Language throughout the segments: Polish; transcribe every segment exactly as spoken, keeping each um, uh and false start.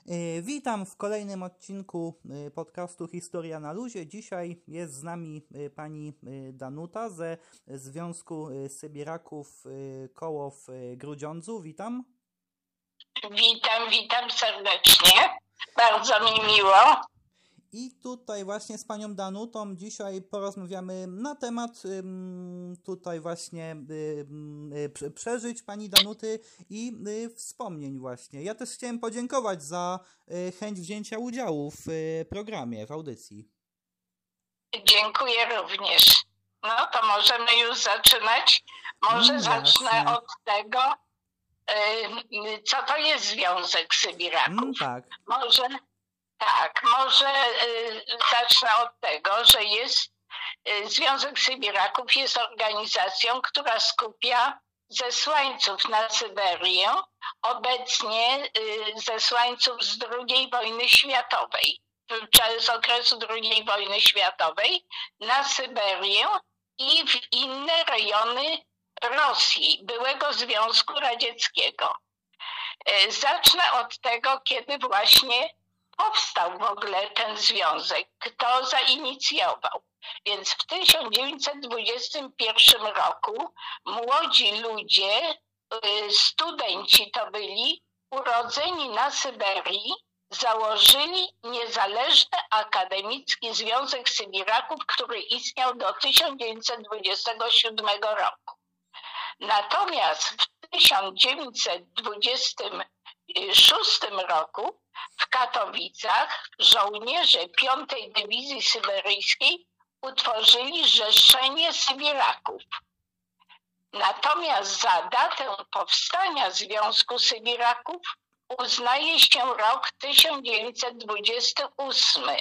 Y, Witam w kolejnym odcinku y, podcastu Historia na luzie. Dzisiaj jest z nami y, pani y, Danuta ze Związku y, Sybiraków y, Koło w y, Grudziądzu. Witam. Witam, witam serdecznie. Bardzo mi miło. I tutaj właśnie z panią Danutą dzisiaj porozmawiamy na temat ym, tutaj właśnie ym, y, przeżyć pani Danuty i y, wspomnień właśnie. Ja też chciałem podziękować za y, chęć wzięcia udziału w y, programie, w audycji. Dziękuję również. No to możemy już zaczynać. Może Mm, zacznę jasne. od tego, y, co to jest Związek Sybiraków. Mm, tak. Może tak, może y, zacznę od tego, że jest y, Związek Sybiraków jest organizacją, która skupia zesłańców na Syberię, obecnie y, zesłańców z drugiej wojny światowej, z okresu drugiej wojny światowej, na Syberię i w inne rejony Rosji, byłego Związku Radzieckiego. Y, zacznę od tego, kiedy właśnie powstał w ogóle ten związek, kto zainicjował. Więc w tysiąc dziewięćset dwudziestym pierwszym roku młodzi ludzie, studenci to byli, urodzeni na Syberii, założyli Niezależny Akademicki Związek Sybiraków, który istniał do tysiąc dziewięćset dwudziestego siódmego roku. Natomiast w tysiąc dziewięćset dwudziestym szóstym roku w Katowicach żołnierze piątej Dywizji Syberyjskiej utworzyli Zrzeszenie Sybiraków. Natomiast za datę powstania Związku Sybiraków uznaje się rok tysiąc dziewięćset dwudziesty ósmy.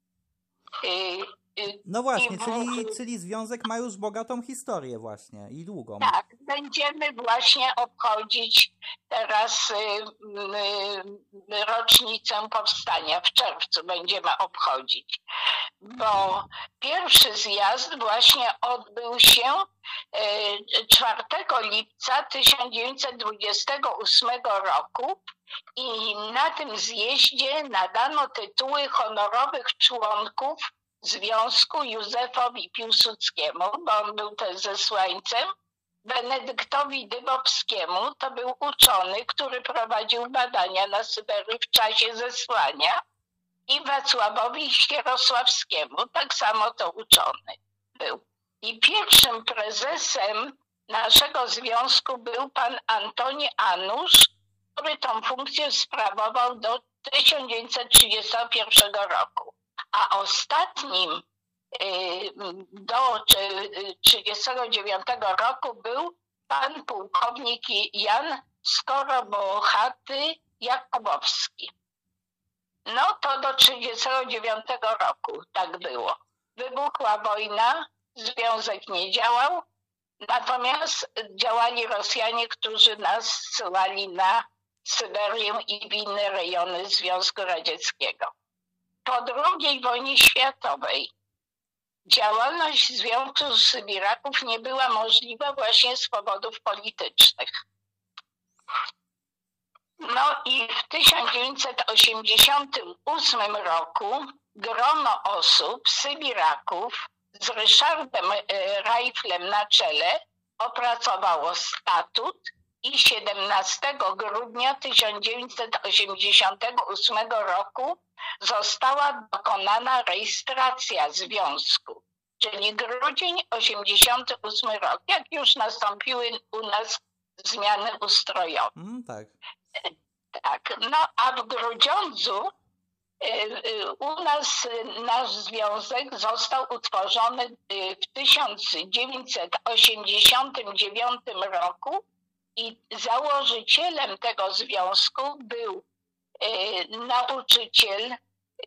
No właśnie, czyli, czyli związek ma już bogatą historię właśnie i długą. Tak, będziemy właśnie obchodzić teraz y, y, rocznicę powstania. W czerwcu będziemy obchodzić, bo pierwszy zjazd właśnie odbył się y, czwartego lipca tysiąc dziewięćset dwudziestego ósmego roku i na tym zjeździe nadano tytuły honorowych członków Związku Józefowi Piłsudskiemu, bo on był też zesłańcem, Benedyktowi Dybowskiemu, to był uczony, który prowadził badania na Syberii w czasie zesłania, i Wacławowi Sierosławskiemu, tak samo to uczony był. I pierwszym prezesem naszego związku był pan Antoni Anusz, który tą funkcję sprawował do tysiąc dziewięćset trzydziestego pierwszego roku. A ostatnim do trzydziestego dziewiątego roku był pan pułkownik Jan Skorobochaty Jakubowski. No to do trzydziestego dziewiątego roku tak było. Wybuchła wojna, związek nie działał, natomiast działali Rosjanie, którzy nas zsyłali na Syberię i w inne rejony Związku Radzieckiego. Po drugiej wojnie światowej działalność Związku Sybiraków nie była możliwa właśnie z powodów politycznych. No i w tysiąc dziewięćset osiemdziesiątym ósmym roku grono osób, Sybiraków, z Ryszardem Rajflem na czele opracowało statut i siedemnastego grudnia tysiąc dziewięćset osiemdziesiątego ósmego roku została dokonana rejestracja związku, czyli grudzień osiemdziesiąty ósmy rok, jak już nastąpiły u nas zmiany ustrojowe. Mm, tak. Tak, no a w Grudziądzu u nas nasz związek został utworzony w tysiąc dziewięćset osiemdziesiątym dziewiątym roku i założycielem tego związku był nauczyciel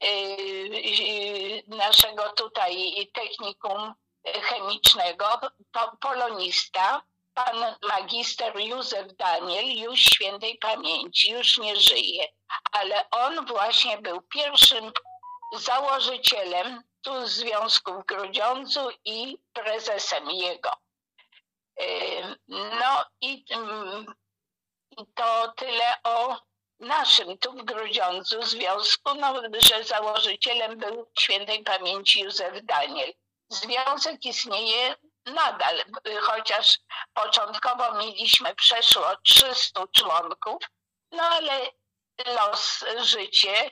naszego tutaj technikum chemicznego, polonista, pan magister Józef Daniel, już świętej pamięci, już nie żyje, ale on właśnie był pierwszym założycielem tu związku w Grudziądzu i prezesem jego. No i to tyle o naszym tu w Grudziądzu związku, no, że założycielem był świętej pamięci Józef Daniel. Związek istnieje nadal, chociaż początkowo mieliśmy przeszło trzystu członków, no ale los, życie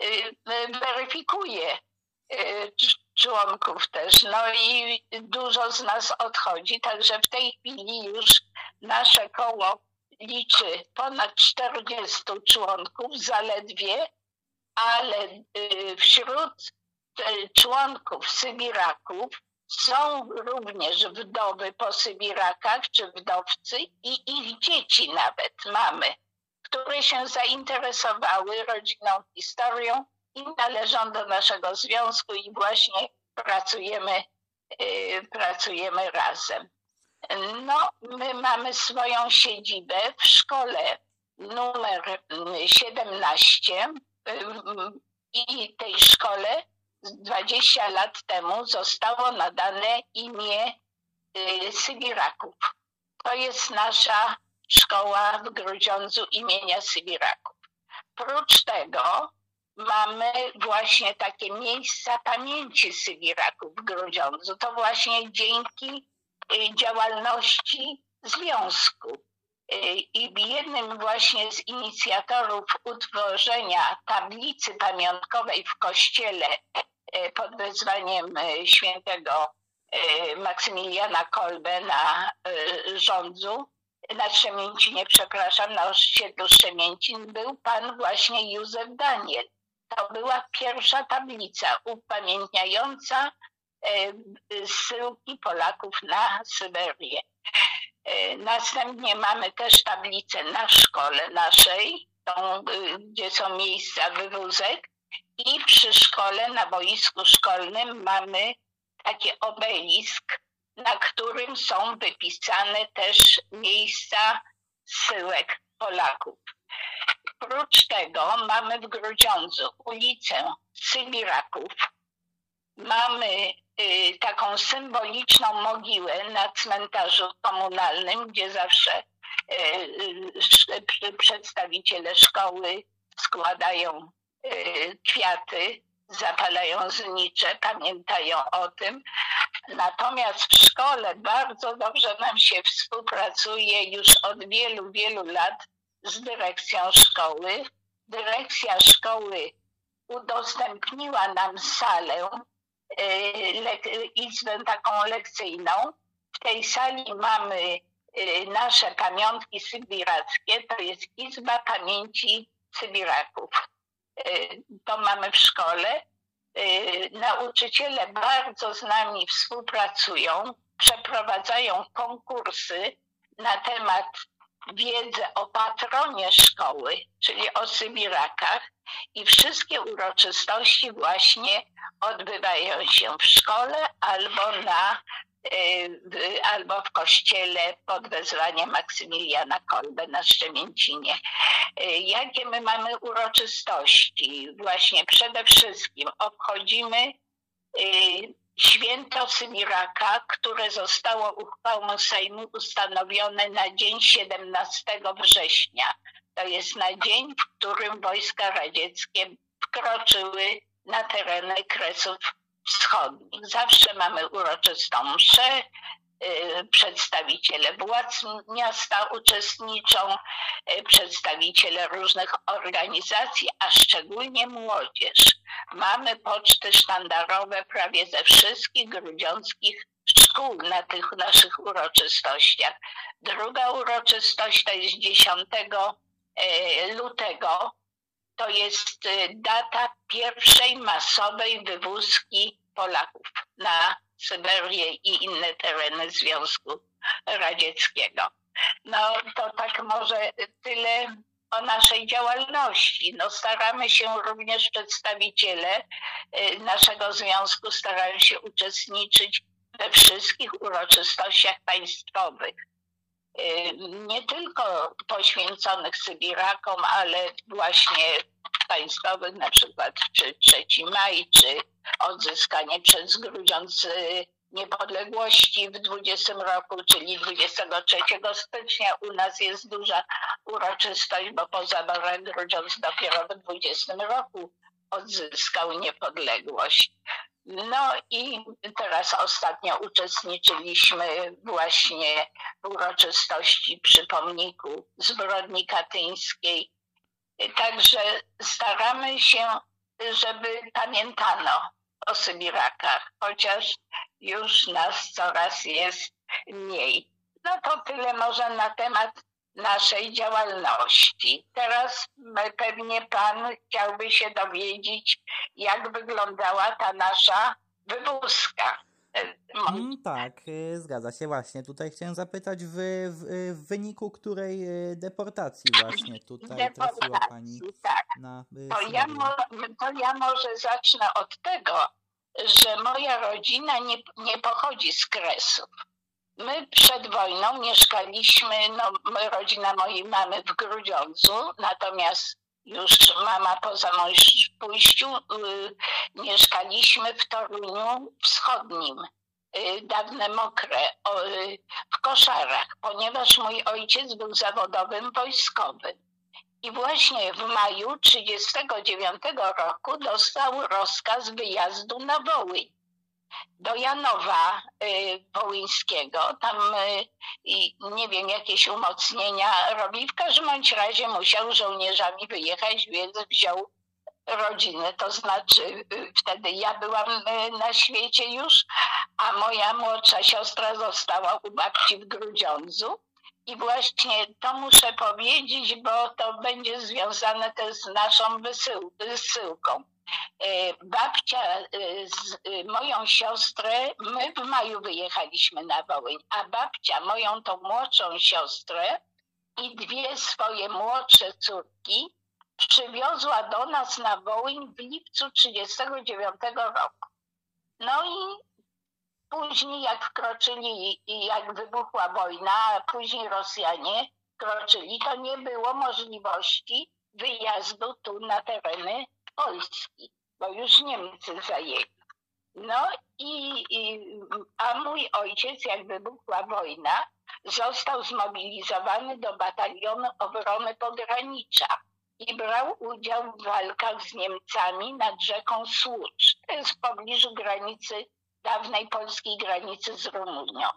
weryfikuje członków też, no i dużo z nas odchodzi, także w tej chwili już nasze koło liczy ponad czterdziestu członków zaledwie, ale wśród członków sybiraków są również wdowy po sybirakach, czy wdowcy i ich dzieci nawet mamy, które się zainteresowały rodzinną historią i należą do naszego związku i właśnie pracujemy, yy, pracujemy razem. No, my mamy swoją siedzibę w szkole numer siedemnaście i tej szkole dwadzieścia lat temu zostało nadane imię Sybiraków. To jest nasza szkoła w Grudziądzu imienia Sybiraków. Prócz tego mamy właśnie takie miejsca pamięci Sybiraków w Grudziądzu. To właśnie dzięki działalności związku. I jednym właśnie z inicjatorów utworzenia tablicy pamiątkowej w kościele pod wezwaniem świętego Maksymiliana Kolbe na Żądzu, na Strzemięcinie, przepraszam, na osiedlu Strzemięcin był pan właśnie Józef Daniel. To była pierwsza tablica upamiętniająca zsyłki Polaków na Syberię. Następnie mamy też tablicę na szkole naszej, tą, gdzie są miejsca wywózek, i przy szkole, na boisku szkolnym mamy taki obelisk, na którym są wypisane też miejsca zsyłek Polaków. Prócz tego mamy w Grudziądzu ulicę Sybiraków. Mamy y, taką symboliczną mogiłę na cmentarzu komunalnym, gdzie zawsze y, y, przedstawiciele szkoły składają y, kwiaty, zapalają znicze, pamiętają o tym. Natomiast w szkole bardzo dobrze nam się współpracuje już od wielu, wielu lat z dyrekcją szkoły. Dyrekcja szkoły udostępniła nam salę, izbę taką lekcyjną. W tej sali mamy nasze pamiątki sybirackie, to jest Izba Pamięci Sybiraków. To mamy w szkole. Nauczyciele bardzo z nami współpracują, przeprowadzają konkursy na temat wiedzy o patronie szkoły, czyli o sybirakach, i wszystkie uroczystości właśnie odbywają się w szkole albo, na, albo w kościele pod wezwaniem Maksymiliana Kolbe na Strzemięcinie. Jakie my mamy uroczystości? Właśnie przede wszystkim obchodzimy Święto Sybiraka, które zostało uchwałą Sejmu ustanowione na dzień siedemnastego września. To jest na dzień, w którym wojska radzieckie wkroczyły na tereny Kresów Wschodnich. Zawsze mamy uroczystą mszę, przedstawiciele władz miasta uczestniczą, przedstawiciele różnych organizacji, a szczególnie młodzież. Mamy poczty sztandarowe prawie ze wszystkich grudziąckich szkół na tych naszych uroczystościach. Druga uroczystość to jest dziesiątego lutego. To jest data pierwszej masowej wywózki Polaków na Syberię i inne tereny Związku Radzieckiego. No to tak może tyle o naszej działalności. No staramy się również, przedstawiciele naszego związku starają się uczestniczyć we wszystkich uroczystościach państwowych. Nie tylko poświęconych Sybirakom, ale właśnie państwowych, na przykład czy trzeci maj, czy odzyskanie przez Grudziądz niepodległości w dwudziestym roku, czyli dwudziestego trzeciego stycznia. U nas jest duża uroczystość, bo poza Borem Grudziądz dopiero w dwudziestym roku odzyskał niepodległość. No i teraz ostatnio uczestniczyliśmy właśnie w uroczystości przy pomniku zbrodni katyńskiej. Także staramy się, żeby pamiętano o sybirakach, chociaż już nas coraz jest mniej. No to tyle może na temat naszej działalności. Teraz pewnie pan chciałby się dowiedzieć, jak wyglądała ta nasza wywózka. Mm, tak, y, zgadza się właśnie. Tutaj chciałem zapytać, w, w, w wyniku której y, deportacji właśnie tutaj Deportacji, trafiła pani tak. na y, To ja, mo, to ja może zacznę od tego, że moja rodzina nie, nie pochodzi z Kresów. My przed wojną mieszkaliśmy, no rodzina mojej mamy w Grudziądzu, natomiast już mama po zamążpójściu y, mieszkaliśmy w Toruniu Wschodnim, y, dawne Mokre, o, y, w Koszarach, ponieważ mój ojciec był zawodowym wojskowym. I właśnie w maju trzydziestego dziewiątego roku dostał rozkaz wyjazdu na Wołyń, do Janowa y, Wołyńskiego. Tam y, nie wiem, jakieś umocnienia robi. W każdym bądź razie musiał żołnierzami wyjechać, więc wziął rodzinę. To znaczy y, wtedy ja byłam y, na świecie już, a moja młodsza siostra została u babci w Grudziądzu. I właśnie to muszę powiedzieć, bo to będzie związane też z naszą wysył, wysyłką. Babcia z moją siostrę, my w maju wyjechaliśmy na Wołyń, a babcia moją tą młodszą siostrę i dwie swoje młodsze córki przywiozła do nas na Wołyń w lipcu trzydziestego dziewiątego roku. No i później jak wkroczyli, jak wybuchła wojna, a później Rosjanie wkroczyli, to nie było możliwości wyjazdu tu na tereny Polski, bo już Niemcy zajęli. No i, i a mój ojciec, jak wybuchła wojna, został zmobilizowany do batalionu obrony pogranicza i brał udział w walkach z Niemcami nad rzeką Słucz. To jest w pobliżu granicy, dawnej polskiej granicy z Rumunią.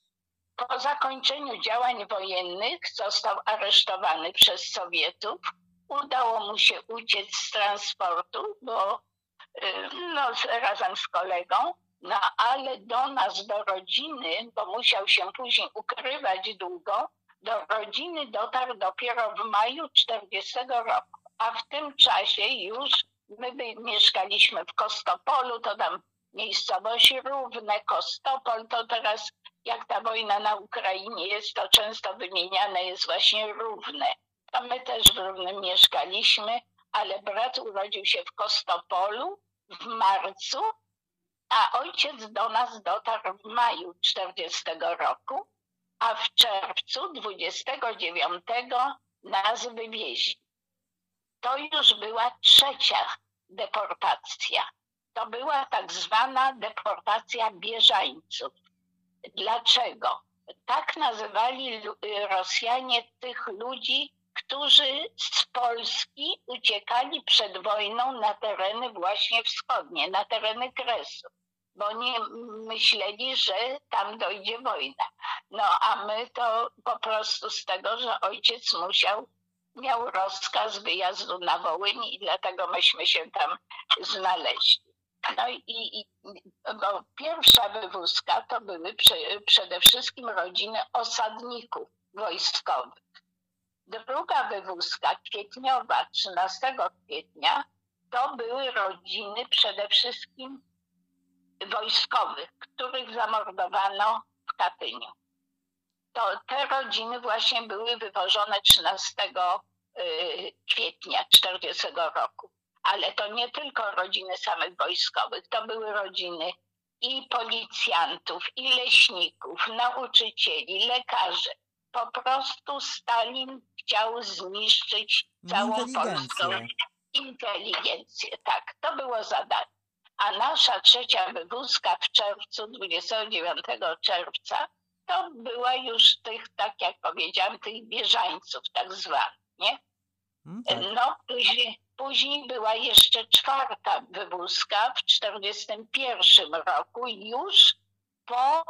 Po zakończeniu działań wojennych został aresztowany przez Sowietów. Udało mu się uciec z transportu, bo no, razem z kolegą, no ale do nas, do rodziny, bo musiał się później ukrywać długo, do rodziny dotarł dopiero w maju czterdziestego roku. A w tym czasie już my by mieszkaliśmy w Kostopolu, to tam miejscowość Równe, Kostopol, to teraz jak ta wojna na Ukrainie jest, to często wymieniane jest właśnie Równe. To my też w Równym mieszkaliśmy, ale brat urodził się w Kostopolu w marcu, a ojciec do nas dotarł w maju czterdziestego roku, a w czerwcu dwudziestego dziewiątego nas wywieźli. To już była trzecia deportacja. To była tak zwana deportacja bieżańców. Dlaczego? Tak nazywali Rosjanie tych ludzi, którzy z Polski uciekali przed wojną na tereny właśnie wschodnie, na tereny Kresów, bo nie myśleli, że tam dojdzie wojna. No a my to po prostu z tego, że ojciec musiał, miał rozkaz wyjazdu na Wołyń i dlatego myśmy się tam znaleźli. No i, i bo pierwsza wywózka to były prze, przede wszystkim rodziny osadników wojskowych. Druga wywózka kwietniowa, trzynastego kwietnia, to były rodziny przede wszystkim wojskowych, których zamordowano w Katyniu. To te rodziny właśnie były wywożone trzynastego kwietnia czterdziestego roku. Ale to nie tylko rodziny samych wojskowych, to były rodziny i policjantów, i leśników, nauczycieli, lekarzy. Po prostu Stalin chciał zniszczyć całą polską inteligencję. Tak, to było zadanie. A nasza trzecia wywózka w czerwcu, dwudziestego dziewiątego czerwca, to była już tych, tak jak powiedziałam, tych bieżańców tak zwanych, nie? Hmm, tak. No, później, później była jeszcze czwarta wywózka w czterdziestym pierwszym roku, już po,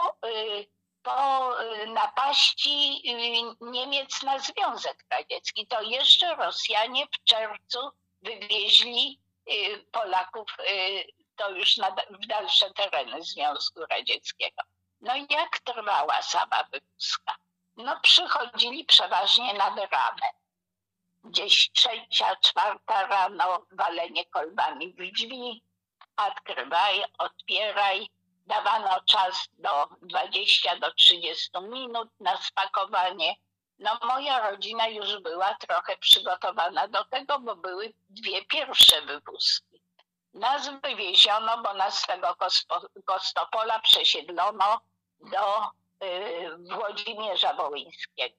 po napaści Niemiec na Związek Radziecki. To jeszcze Rosjanie w czerwcu wywieźli Polaków to już na, w dalsze tereny Związku Radzieckiego. No i jak trwała sama wywózka? No przychodzili przeważnie nad ranem. Gdzieś trzecia, czwarta rano walenie kolbami w drzwi, odkrywaj, otwieraj. Dawano czas do dwudziestu do trzydziestu minut na spakowanie. No moja rodzina już była trochę przygotowana do tego, bo były dwie pierwsze wywózki. Nas wywieziono, bo nas z tego Kostopola przesiedlono do y, Włodzimierza Wołyńskiego.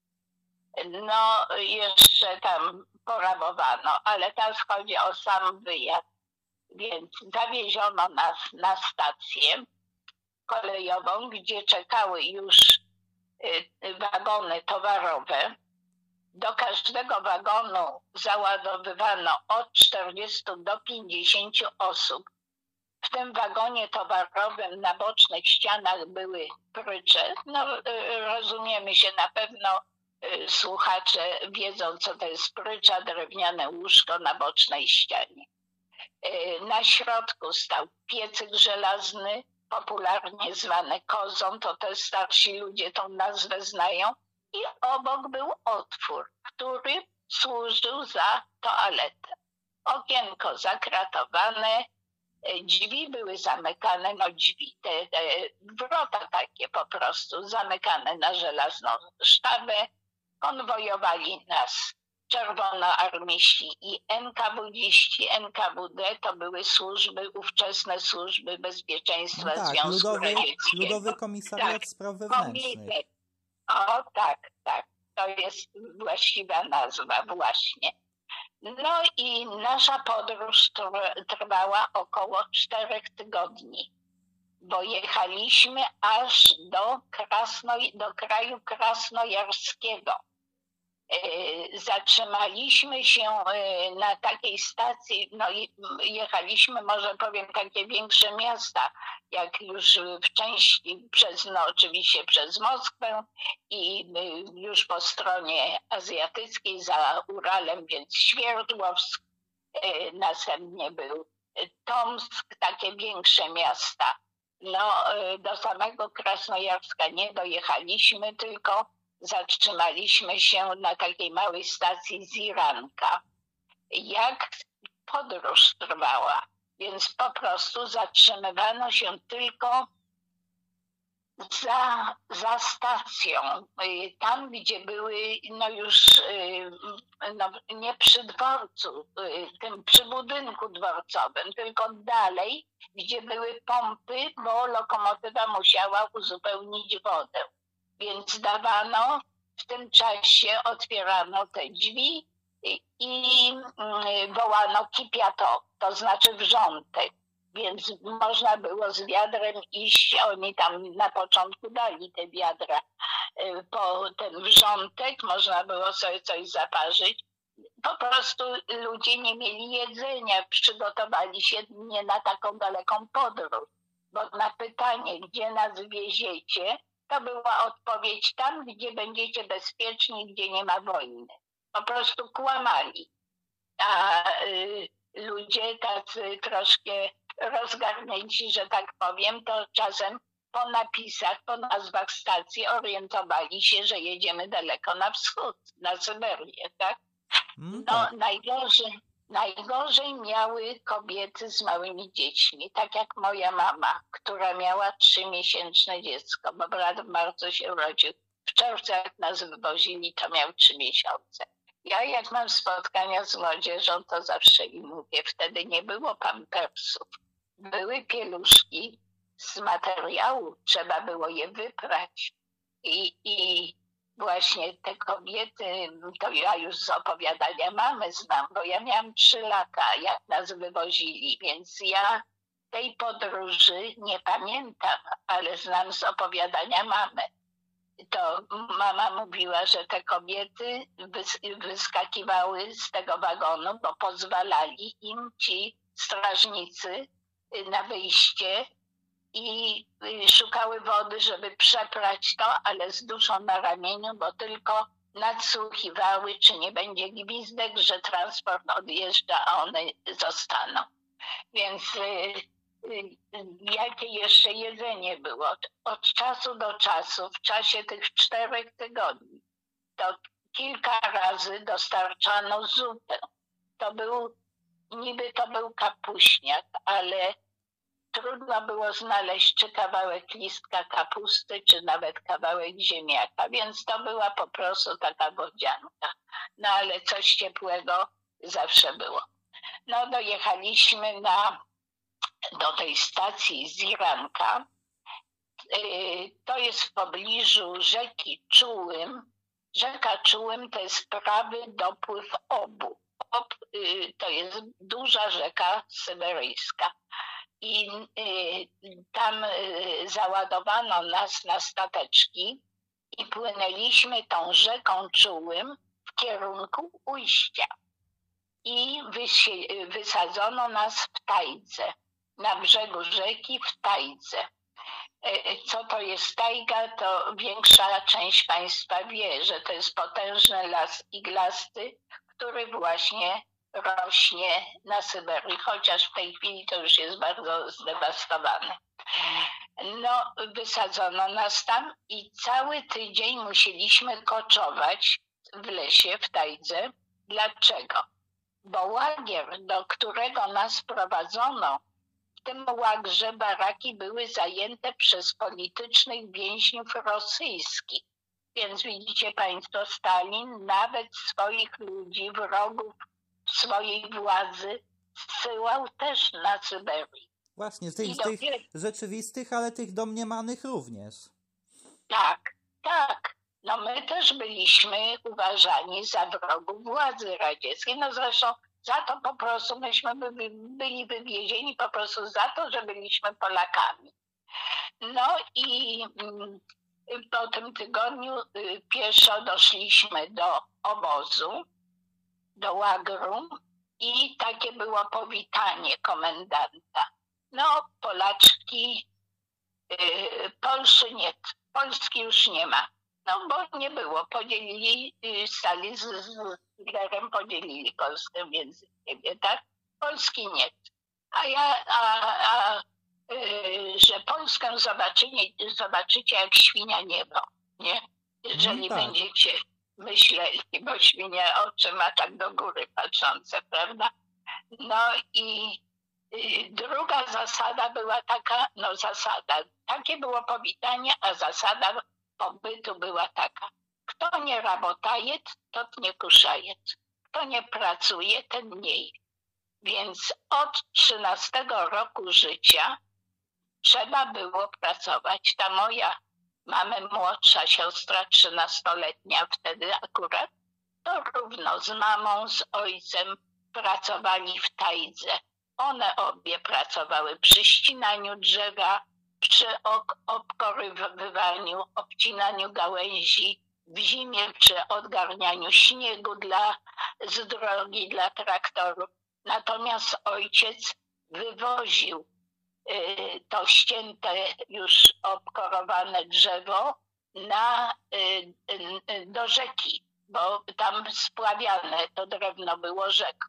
No jeszcze tam porabowano, ale teraz chodzi o sam wyjazd. Więc zawieziono nas na stację kolejową, gdzie czekały już y, wagony towarowe. Do każdego wagonu załadowywano od czterdziestu do pięćdziesięciu osób. W tym wagonie towarowym na bocznych ścianach były prycze. No, rozumiemy się, na pewno słuchacze wiedzą, co to jest prycza, drewniane łóżko na bocznej ścianie. Na środku stał piecyk żelazny, popularnie zwany kozą, to też starsi ludzie tą nazwę znają. I obok był otwór, który służył za toaletę. Okienko zakratowane, drzwi były zamykane, no drzwi, te, te wrota takie po prostu zamykane na żelazną sztabę. Konwojowali nas czerwonoarmiści i en ka wu dziści, en ka wu de to były służby, ówczesne służby bezpieczeństwa No tak, Związku Ludowy, Radzieckiego. Ludowy Komisariat Tak, Spraw Wewnętrznych. komitet. O tak, tak, to jest właściwa nazwa właśnie. No i nasza podróż trwała około czterech tygodni, bo jechaliśmy aż do, Krasno, do kraju krasnojarskiego. Zatrzymaliśmy się na takiej stacji, no i jechaliśmy, może powiem, takie większe miasta, jak już w części przez, no oczywiście przez Moskwę i już po stronie azjatyckiej za Uralem, więc Świerdłowsk, następnie był Tomsk, takie większe miasta. No do samego Krasnojarska nie dojechaliśmy, tylko zatrzymaliśmy się na takiej małej stacji Ziranka. Jak podróż trwała, więc po prostu zatrzymywano się tylko za, za stacją, tam gdzie były, no już no, nie przy dworcu, tym przy budynku dworcowym, tylko dalej, gdzie były pompy, bo lokomotywa musiała uzupełnić wodę. Więc dawano, w tym czasie otwierano te drzwi i, i wołano kipiato, to znaczy wrzątek. Więc można było z wiadrem iść, oni tam na początku dali te wiadra. Po ten wrzątek można było sobie coś zaparzyć. Po prostu ludzie nie mieli jedzenia, przygotowali się nie na taką daleką podróż. Bo na pytanie, gdzie nas wieziecie, to była odpowiedź tam, gdzie będziecie bezpieczni, gdzie nie ma wojny. Po prostu kłamali. A y, ludzie tacy troszkę rozgarnięci, że tak powiem, to czasem po napisach, po nazwach stacji orientowali się, że jedziemy daleko na wschód, na Syberię, tak? Mm, No tak. najgorzej, najgorzej miały kobiety z małymi dziećmi, tak jak moja mama, która miała trzymiesięczne dziecko, bo brat w marcu się urodził. W czerwcu jak nas wywozili, to miał trzy miesiące. Ja jak mam spotkania z młodzieżą, to zawsze im mówię, wtedy nie było pampersów. Były pieluszki z materiału, trzeba było je wyprać. I, i właśnie te kobiety, to ja już z opowiadania mamy znam, bo ja miałam trzy lata, jak nas wywozili, więc ja tej podróży nie pamiętam, ale znam z opowiadania mamy. To mama mówiła, że te kobiety wys- wyskakiwały z tego wagonu, bo pozwalali im ci strażnicy na wyjście i szukały wody, żeby przeprać to, ale z duszą na ramieniu, bo tylko nadsłuchiwały, czy nie będzie gwizdek, że transport odjeżdża, a one zostaną. Więc jakie jeszcze jedzenie było? Od czasu do czasu, w czasie tych czterech tygodni, to kilka razy dostarczano zupę. To był, niby to był kapuśniak, ale trudno było znaleźć czy kawałek listka kapusty, czy nawet kawałek ziemniaka, więc to była po prostu taka wodzianka. No ale coś ciepłego zawsze było. No dojechaliśmy na do tej stacji Ziranka. To jest w pobliżu rzeki Czułym. Rzeka Czułym to jest prawy dopływ Obu. Ob to jest duża rzeka syberyjska. I tam załadowano nas na stateczki i płynęliśmy tą rzeką Czułym w kierunku ujścia. I wysadzono nas w Tajdze. Na brzegu rzeki w Tajdze. Co to jest tajga, to większa część Państwa wie, że to jest potężny las iglasty, który właśnie rośnie na Syberii, chociaż w tej chwili to już jest bardzo zdewastowany. No, wysadzono nas tam i cały tydzień musieliśmy koczować w lesie, w Tajdze. Dlaczego? Bo łagier, do którego nas prowadzono, w tym łagrze baraki były zajęte przez politycznych więźniów rosyjskich. Więc widzicie Państwo, Stalin nawet swoich ludzi, wrogów swojej władzy zsyłał też na Syberię. Właśnie, z tych, z tych rzeczywistych, ale tych domniemanych również. Tak, tak. No my też byliśmy uważani za wrogów władzy radzieckiej. No zresztą za to po prostu myśmy by, byli wywiezieni po prostu za to, że byliśmy Polakami. No i mm, po tym tygodniu y, pieszo doszliśmy do obozu, do łagru i takie było powitanie komendanta. No Polaczki, y, Polszy nie, Polski już nie ma. No bo nie było, podzielili, stali z, z Hitlerem, podzielili Polskę między siebie, tak? Polski nie. A ja, a, a y, że Polskę zobaczycie, zobaczycie jak świnia niebo, nie? Jeżeli no tak. będziecie myśleli, bo świnia oczy ma tak do góry patrzące, prawda? No i y, druga zasada była taka, no zasada, takie było powitanie, a zasada pobytu była taka. Kto nie работает, tot nie кушает. Kto nie pracuje, ten nie je. Więc od trzynastego roku życia trzeba było pracować. Ta moja, mamy młodsza siostra, trzynastoletnia wtedy akurat, to równo z mamą, z ojcem pracowali w Tajdze. One obie pracowały przy ścinaniu drzewa, przy obkorywaniu, obcinaniu gałęzi w zimie, czy odgarnianiu śniegu dla, z drogi dla traktorów. Natomiast ojciec wywoził y, to ścięte, już obkorowane drzewo na, y, y, do rzeki, bo tam spławiane to drewno było rzeką.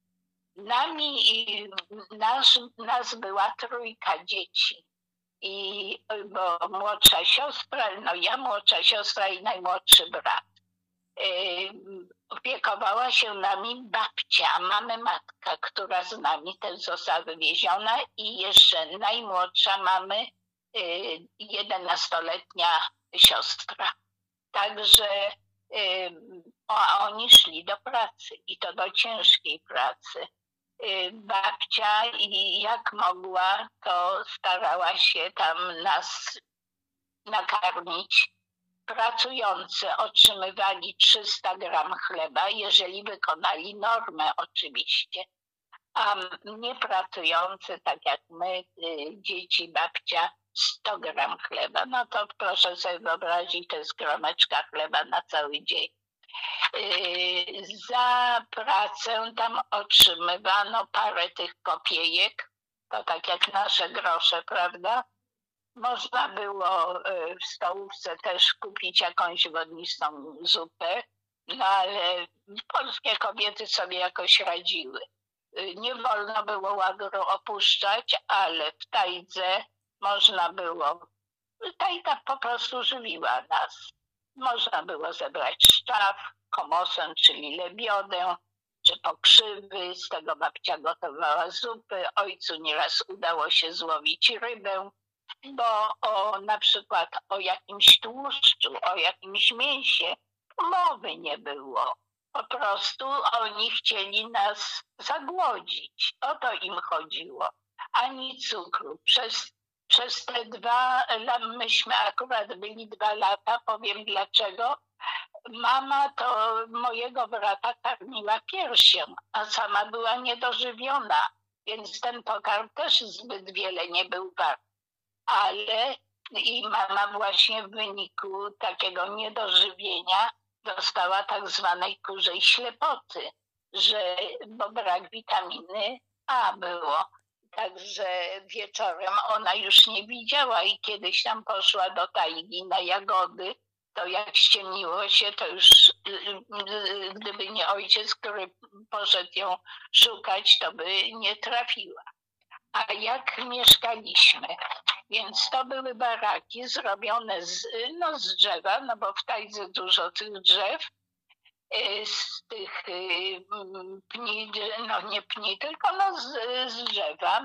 Nami i nas, nas była trójka dzieci. I bo młodsza siostra, no ja młodsza siostra i najmłodszy brat. Yy, opiekowała się nami babcia, mamy matka, która z nami też została wywieziona i jeszcze najmłodsza mamy yy, jedenastoletnia siostra. Także yy, a oni szli do pracy i to do ciężkiej pracy. Babcia i jak mogła, to starała się tam nas nakarmić. Pracujący otrzymywali trzysta gram chleba, jeżeli wykonali normę oczywiście. a niepracujący, tak jak my, dzieci, babcia, sto gram chleba. No to proszę sobie wyobrazić, to jest gromeczka chleba na cały dzień. Za pracę tam otrzymywano parę tych kopiejek, to tak jak nasze grosze, prawda? Można było w stołówce też kupić jakąś wodnistą zupę, no ale polskie kobiety sobie jakoś radziły. Nie wolno było łagru opuszczać, ale w tajdze można było, tajga po prostu żywiła nas. Można było zebrać szczaw, komosę, czyli lebiodę, czy pokrzywy, z tego babcia gotowała zupy. Ojcu nieraz udało się złowić rybę, bo o, na przykład o jakimś tłuszczu, o jakimś mięsie mowy nie było. Po prostu oni chcieli nas zagłodzić. O to im chodziło. Ani cukru. Przez, przez te dwa lata, myśmy akurat byli dwa lata, powiem dlaczego. Mama to mojego brata karmiła piersią, a sama była niedożywiona, więc ten pokarm też zbyt wiele nie był wart. Ale i mama właśnie w wyniku takiego niedożywienia dostała tak zwanej kurzej ślepoty, że, bo brak witaminy A było. Także wieczorem ona już nie widziała i kiedyś tam poszła do tajgi na jagody, to jak ściemniło się, to już gdyby nie ojciec, który poszedł ją szukać, to by nie trafiła. A jak mieszkaliśmy? Więc to były baraki zrobione z, no, z drzewa, no bo w tajdze dużo tych drzew, z tych pni, no nie pni, tylko no z, z drzewa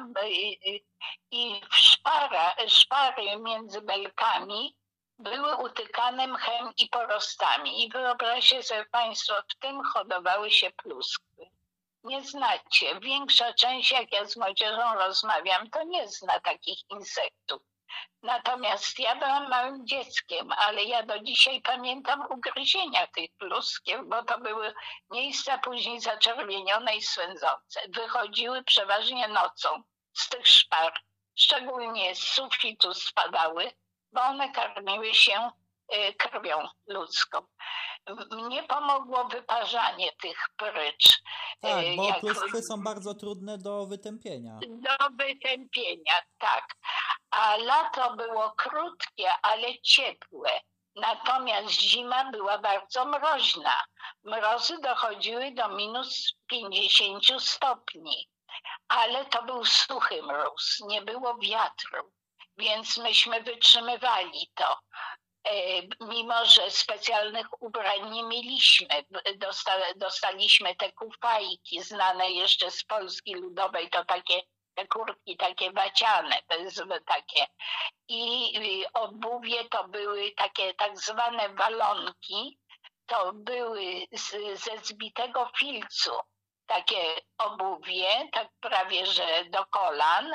i w szpara, szpary między belkami były utykane mchem i porostami. I wyobraźcie sobie Państwo, w tym hodowały się pluskwy. Nie znacie. Większa część, jak ja z młodzieżą rozmawiam, to nie zna takich insektów. Natomiast ja byłam małym dzieckiem, ale ja do dzisiaj pamiętam ugryzienia tych pluskiew, bo to były miejsca później zaczerwienione i swędzące. Wychodziły przeważnie nocą z tych szpar, szczególnie z sufitu spadały, bo one karmiły się krwią ludzką. Nie pomogło wyparzanie tych prycz. Tak, bo jak... pluskwy są bardzo trudne do wytępienia. Do wytępienia, tak. A lato było krótkie, ale ciepłe. Natomiast zima była bardzo mroźna. Mrozy dochodziły do minus pięćdziesiąt stopni. Ale to był suchy mróz, nie było wiatru. Więc myśmy wytrzymywali to. Mimo że specjalnych ubrań nie mieliśmy, dostaliśmy te kufajki znane jeszcze z Polski Ludowej, to takie te kurtki takie waciane, to jest takie. I obuwie to były takie tak zwane walonki, to były z, ze zbitego filcu, takie obuwie, tak prawie że do kolan,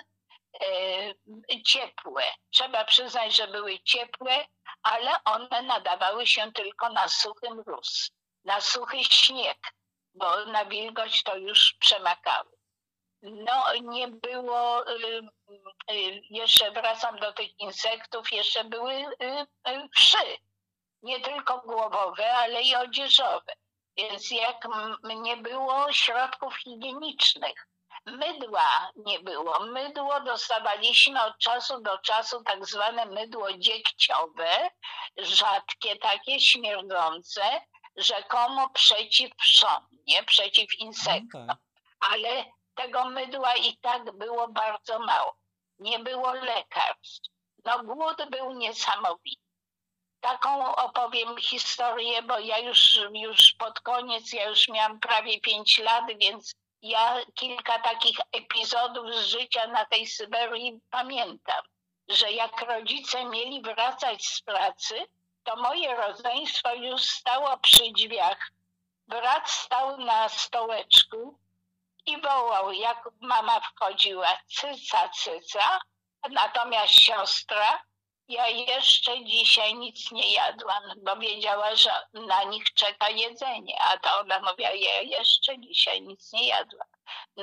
e, ciepłe. Trzeba przyznać, że były ciepłe, ale one nadawały się tylko na suchy mróz, na suchy śnieg, bo na wilgoć to już przemakały. No nie było, jeszcze wracam do tych insektów, jeszcze były wszy, nie tylko głowowe, ale i odzieżowe. Więc jak nie było środków higienicznych, mydła nie było. Mydło dostawaliśmy od czasu do czasu, tak zwane mydło dziegciowe, rzadkie, takie śmierdzące, rzekomo przeciw wszom, nie przeciw insektom. Ale tego mydła i tak było bardzo mało. Nie było lekarstw. No głód był niesamowity. Taką opowiem historię, bo ja już, już pod koniec, ja już miałam prawie pięć lat, więc ja kilka takich epizodów z życia na tej Syberii pamiętam, że jak rodzice mieli wracać z pracy, to moje rodzeństwo już stało przy drzwiach. Brat stał na stołeczku i wołał, jak mama wchodziła, cyca, cyca, natomiast siostra, ja jeszcze dzisiaj nic nie jadłam, bo wiedziała, że na nich czeka jedzenie, a to ona mówiła, ja jeszcze dzisiaj nic nie jadłam. No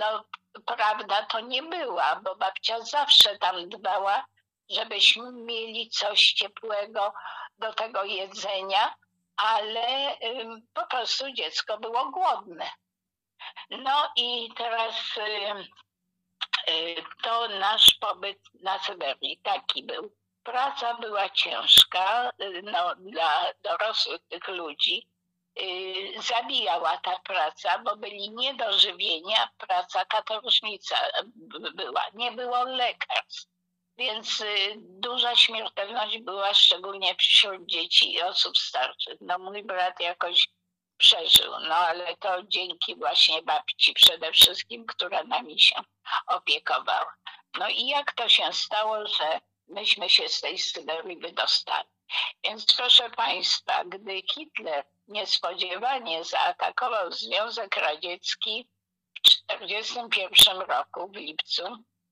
prawda to nie była, bo babcia zawsze tam dbała, żebyśmy mieli coś ciepłego do tego jedzenia, ale ym, po prostu dziecko było głodne. No i teraz ym, y, to nasz pobyt na Syberii taki był. Praca była ciężka, y, no, dla dorosłych tych ludzi. Y, zabijała ta praca, bo byli nie do żywienia, praca katorżnica była, nie było lekarstw, więc y, duża śmiertelność była szczególnie wśród dzieci i osób starszych. No mój brat jakoś przeżył, no ale to dzięki właśnie babci przede wszystkim, która nami się opiekowała. No i jak to się stało, że myśmy się z tej Syberii wydostali? Więc proszę Państwa, gdy Hitler niespodziewanie zaatakował Związek Radziecki w tysiąc dziewięćset czterdziestym pierwszym roku w lipcu,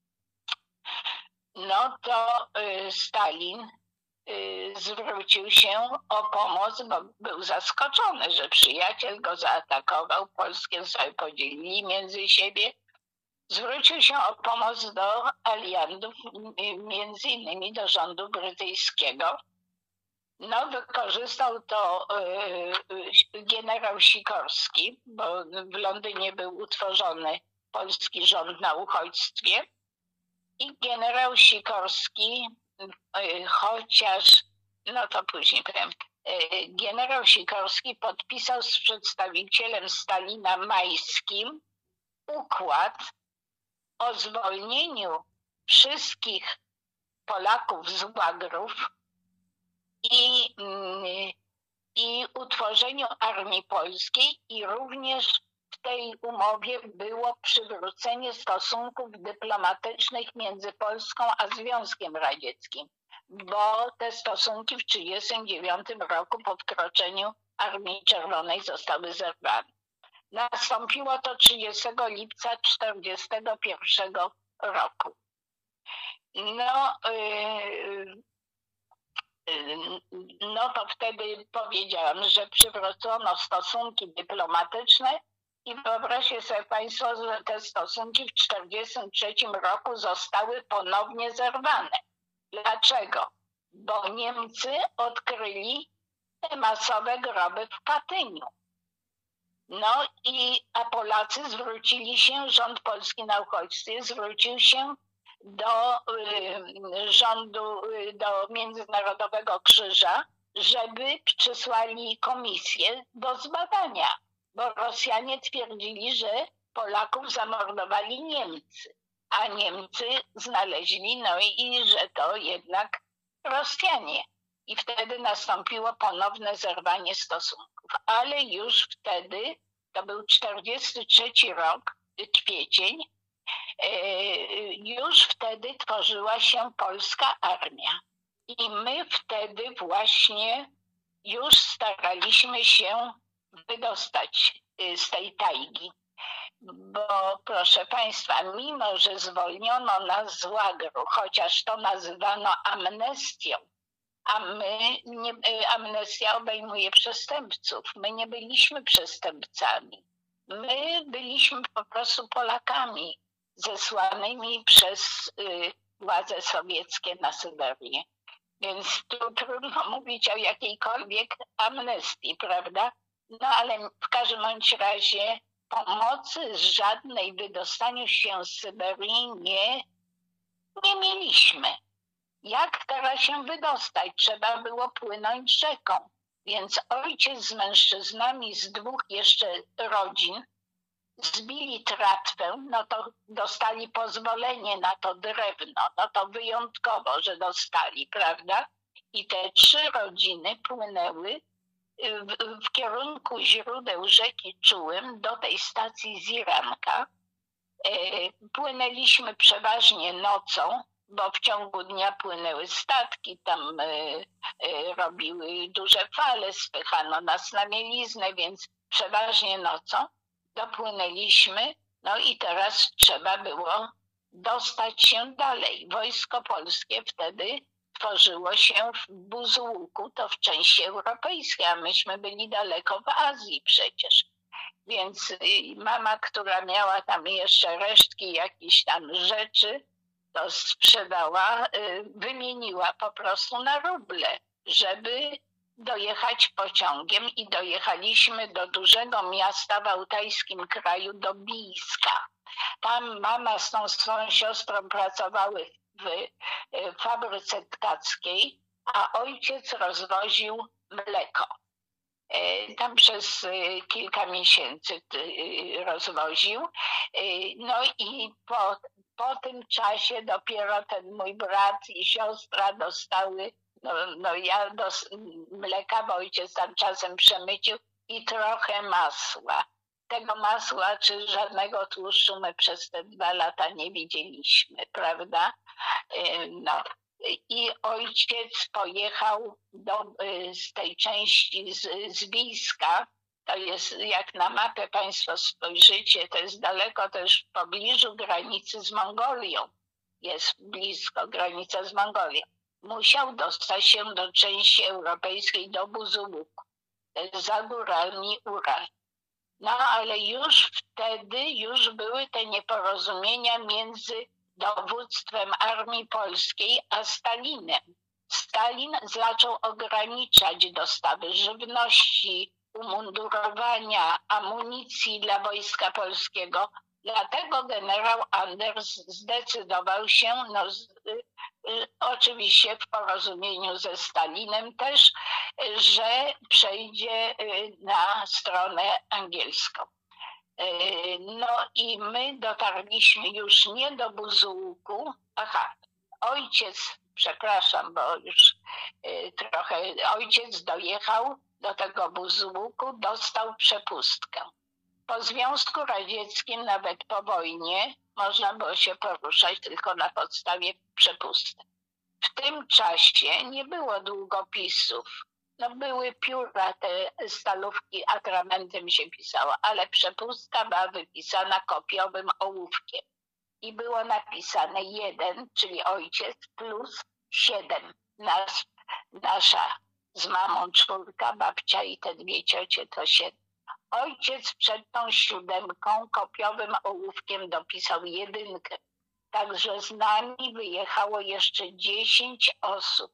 no to y, Stalin y, zwrócił się o pomoc, bo był zaskoczony, że przyjaciel go zaatakował, Polskę sobie podzielili między siebie. Zwrócił się o pomoc do aliantów, między innymi do rządu brytyjskiego. No, wykorzystał to y, generał Sikorski, bo w Londynie był utworzony polski rząd na uchodźstwie. I generał Sikorski, y, chociaż, no to później powiem, y, generał Sikorski podpisał z przedstawicielem Stalina Majskim układ o zwolnieniu wszystkich Polaków z łagrów i, i utworzeniu Armii Polskiej, i również w tej umowie było przywrócenie stosunków dyplomatycznych między Polską a Związkiem Radzieckim, bo te stosunki w tysiąc dziewięćset trzydziestym dziewiątym roku po wkroczeniu Armii Czerwonej zostały zerwane. Nastąpiło to trzydziestego lipca tysiąc dziewięćset czterdziestego pierwszego roku. No, yy, no to wtedy powiedziałam, że przywrócono stosunki dyplomatyczne i wyobraźcie sobie Państwo, że te stosunki w tysiąc dziewięćset czterdziestym trzecim roku zostały ponownie zerwane. Dlaczego? Bo Niemcy odkryli te masowe groby w Katyniu. No i a Polacy zwrócili się, rząd polski na uchodźstwie zwrócił się do y, rządu, y, do Międzynarodowego Krzyża, żeby przysłali komisję do zbadania, bo Rosjanie twierdzili, że Polaków zamordowali Niemcy, a Niemcy znaleźli, no i, i że to jednak Rosjanie. I wtedy nastąpiło ponowne zerwanie stosunków. Ale już wtedy, to był czterdziesty trzeci rok, kwiecień, już wtedy tworzyła się polska armia. I my wtedy właśnie już staraliśmy się wydostać z tej tajgi. Bo proszę Państwa, mimo że zwolniono nas z łagru, chociaż to nazywano amnestią, a my, nie, amnestia obejmuje przestępców, my nie byliśmy przestępcami. My byliśmy po prostu Polakami zesłanymi przez y, władze sowieckie na Syberię. Więc tu trudno mówić o jakiejkolwiek amnestii, prawda? No ale w każdym bądź razie pomocy żadnej w wydostaniu się z Syberii nie, nie mieliśmy. Jak teraz się wydostać? Trzeba było płynąć rzeką. Więc ojciec z mężczyznami z dwóch jeszcze rodzin zbili tratwę, no to dostali pozwolenie na to drewno, no to wyjątkowo, że dostali, prawda? I te trzy rodziny płynęły w, w kierunku źródeł rzeki Czułym do tej stacji Ziranka. E, płynęliśmy przeważnie nocą, bo w ciągu dnia płynęły statki, tam e, e, robiły duże fale, spychano nas na mieliznę, więc przeważnie nocą dopłynęliśmy, no i teraz trzeba było dostać się dalej. Wojsko polskie wtedy tworzyło się w Buzłuku, to w części europejskiej, a myśmy byli daleko w Azji przecież. Więc mama, która miała tam jeszcze resztki jakichś tam rzeczy, to sprzedała, wymieniła po prostu na ruble, żeby dojechać pociągiem i dojechaliśmy do dużego miasta w altajskim kraju, do Bijska. Tam mama z tą swoją siostrą pracowały w fabryce tkackiej, a ojciec rozwoził mleko. Tam przez kilka miesięcy rozwoził. No i po, po tym czasie dopiero ten mój brat i siostra dostały, no, no ja dos, mleka, bo ojciec tam czasem przemycił, i trochę masła. Tego masła czy żadnego tłuszczu my przez te dwa lata nie widzieliśmy, prawda? No. I ojciec pojechał do, z tej części z, z Bijska. To jest, jak na mapę państwo spojrzycie, to jest daleko też w pobliżu granicy z Mongolią. Jest blisko granica z Mongolią. Musiał dostać się do części europejskiej, do Buzuluku. To jest za górami Ural. No ale już wtedy już były te nieporozumienia między dowództwem Armii Polskiej a Stalinem. Stalin zaczął ograniczać dostawy żywności, umundurowania, amunicji dla Wojska Polskiego. Dlatego generał Anders zdecydował się, no, z, y, y, oczywiście w porozumieniu ze Stalinem też, y, że przejdzie y, na stronę angielską. No i my dotarliśmy już nie do Buzułku. Aha, ojciec, przepraszam, bo już y, trochę, ojciec dojechał do tego Buzułku, dostał przepustkę. Po Związku Radzieckim, nawet po wojnie, można było się poruszać tylko na podstawie przepustek. W tym czasie nie było długopisów. No były pióra, te stalówki, atramentem się pisało, ale przepustka była wypisana kopiowym ołówkiem. I było napisane jeden, czyli ojciec, plus siedem. Nas, nasza z mamą czwórka, babcia i te dwie ciocie to siedem. Ojciec przed tą siódemką kopiowym ołówkiem dopisał jedynkę. Także z nami wyjechało jeszcze dziesięć osób.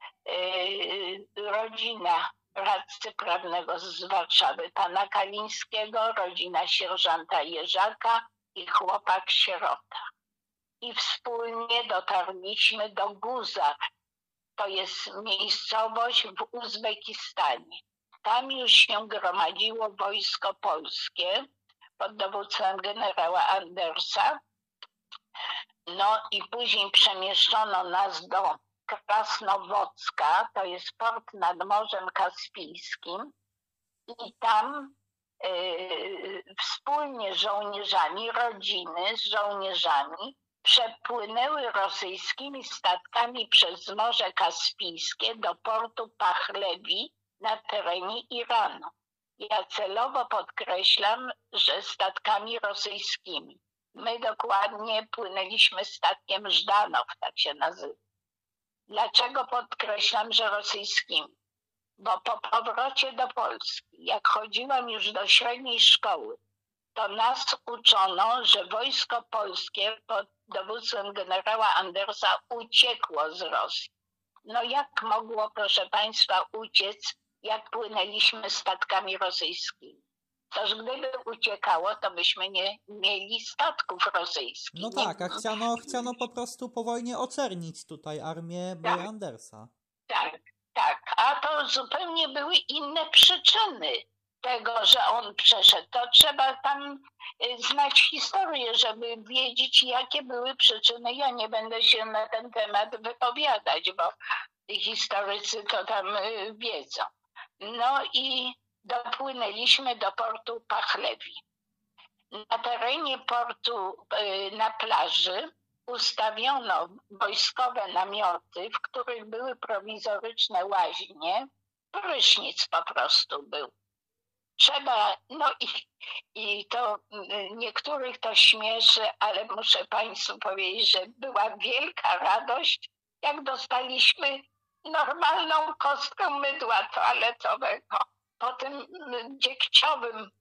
Yy, rodzina radcy prawnego z Warszawy, pana Kalińskiego, rodzina sierżanta Jerzaka i chłopak sierota. I wspólnie dotarliśmy do Guzar. To jest miejscowość w Uzbekistanie. Tam już się gromadziło wojsko polskie pod dowództwem generała Andersa. No i później przemieszczono nas do Krasnowocka, to jest port nad Morzem Kaspijskim, i tam y, wspólnie z żołnierzami, rodziny z żołnierzami przepłynęły rosyjskimi statkami przez Morze Kaspijskie do portu Pachlewi na terenie Iranu. Ja celowo podkreślam, że statkami rosyjskimi. My dokładnie płynęliśmy statkiem Żdanow, tak się nazywa. Dlaczego podkreślam, że rosyjskimi? Bo po powrocie do Polski, jak chodziłam już do średniej szkoły, to nas uczono, że wojsko polskie pod dowództwem generała Andersa uciekło z Rosji. No jak mogło, proszę państwa, uciec, jak płynęliśmy statkami rosyjskimi? Toż gdyby uciekało, to byśmy nie mieli statków rosyjskich. No tak, a chciano, chciano po prostu po wojnie oczernić tutaj armię tak, Andersa. Tak, tak, a to zupełnie były inne przyczyny tego, że on przeszedł. To trzeba tam znać historię, żeby wiedzieć, jakie były przyczyny. Ja nie będę się na ten temat wypowiadać, bo historycy to tam wiedzą. No i dopłynęliśmy do portu Pachlewi. Na terenie portu, na plaży, ustawiono wojskowe namioty, w których były prowizoryczne łaźnie. Prysznic po prostu był. Trzeba, no i, i to niektórych to śmieszy, ale muszę państwu powiedzieć, że była wielka radość, jak dostaliśmy normalną kostkę mydła toaletowego po tym dziegciowym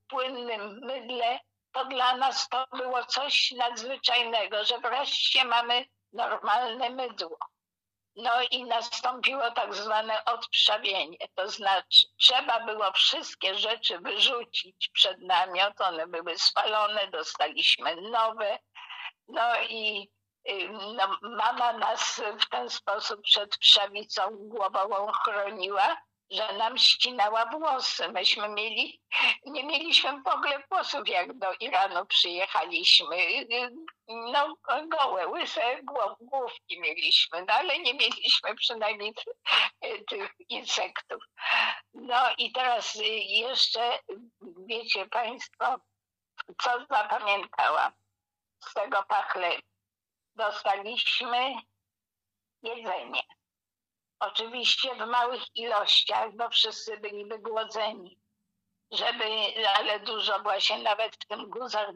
płynnym mydle, to dla nas to było coś nadzwyczajnego, że wreszcie mamy normalne mydło. No i nastąpiło tak zwane odprzawienie, to znaczy trzeba było wszystkie rzeczy wyrzucić przed namiot, one były spalone, dostaliśmy nowe. No i no, mama nas w ten sposób przed przawicą głowową chroniła, że nam ścinała włosy. Myśmy mieli, nie mieliśmy w ogóle włosów, jak do Iranu przyjechaliśmy. No gołe, łyse główki mieliśmy, no ale nie mieliśmy przynajmniej tych insektów. No i teraz jeszcze, wiecie Państwo, co zapamiętałam z tego pachlewu. Dostaliśmy jedzenie. Oczywiście w małych ilościach, bo wszyscy byli wygłodzeni. Żeby, ale dużo właśnie nawet w tym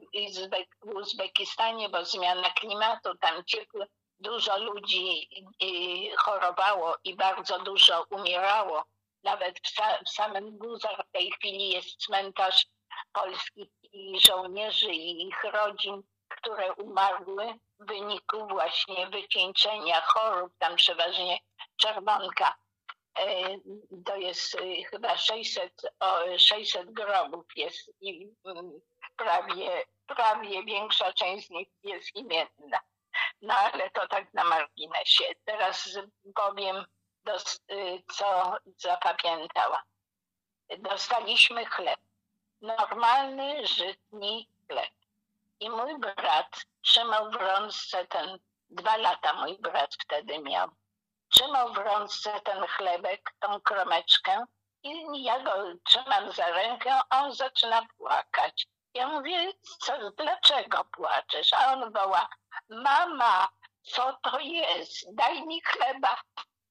w Uzbekistanie, bo zmiana klimatu, tam ciepło, dużo ludzi chorowało i bardzo dużo umierało. Nawet w, w samym Guzar w tej chwili jest cmentarz polskich żołnierzy i ich rodzin, które umarły w wyniku właśnie wycieńczenia chorób, tam przeważnie czerwonka. To jest chyba sześćset, sześćset grobów jest i prawie, prawie większa część z nich jest imienna. No ale to tak na marginesie. Teraz powiem, co zapamiętałam. Dostaliśmy chleb. Normalny, żytni chleb. I mój brat trzymał w rączce ten, dwa lata mój brat wtedy miał, trzymał w rączce ten chlebek, tą kromeczkę i ja go trzymam za rękę, a on zaczyna płakać. Ja mówię, co, dlaczego płaczesz? A on woła, mama, co to jest? Daj mi chleba.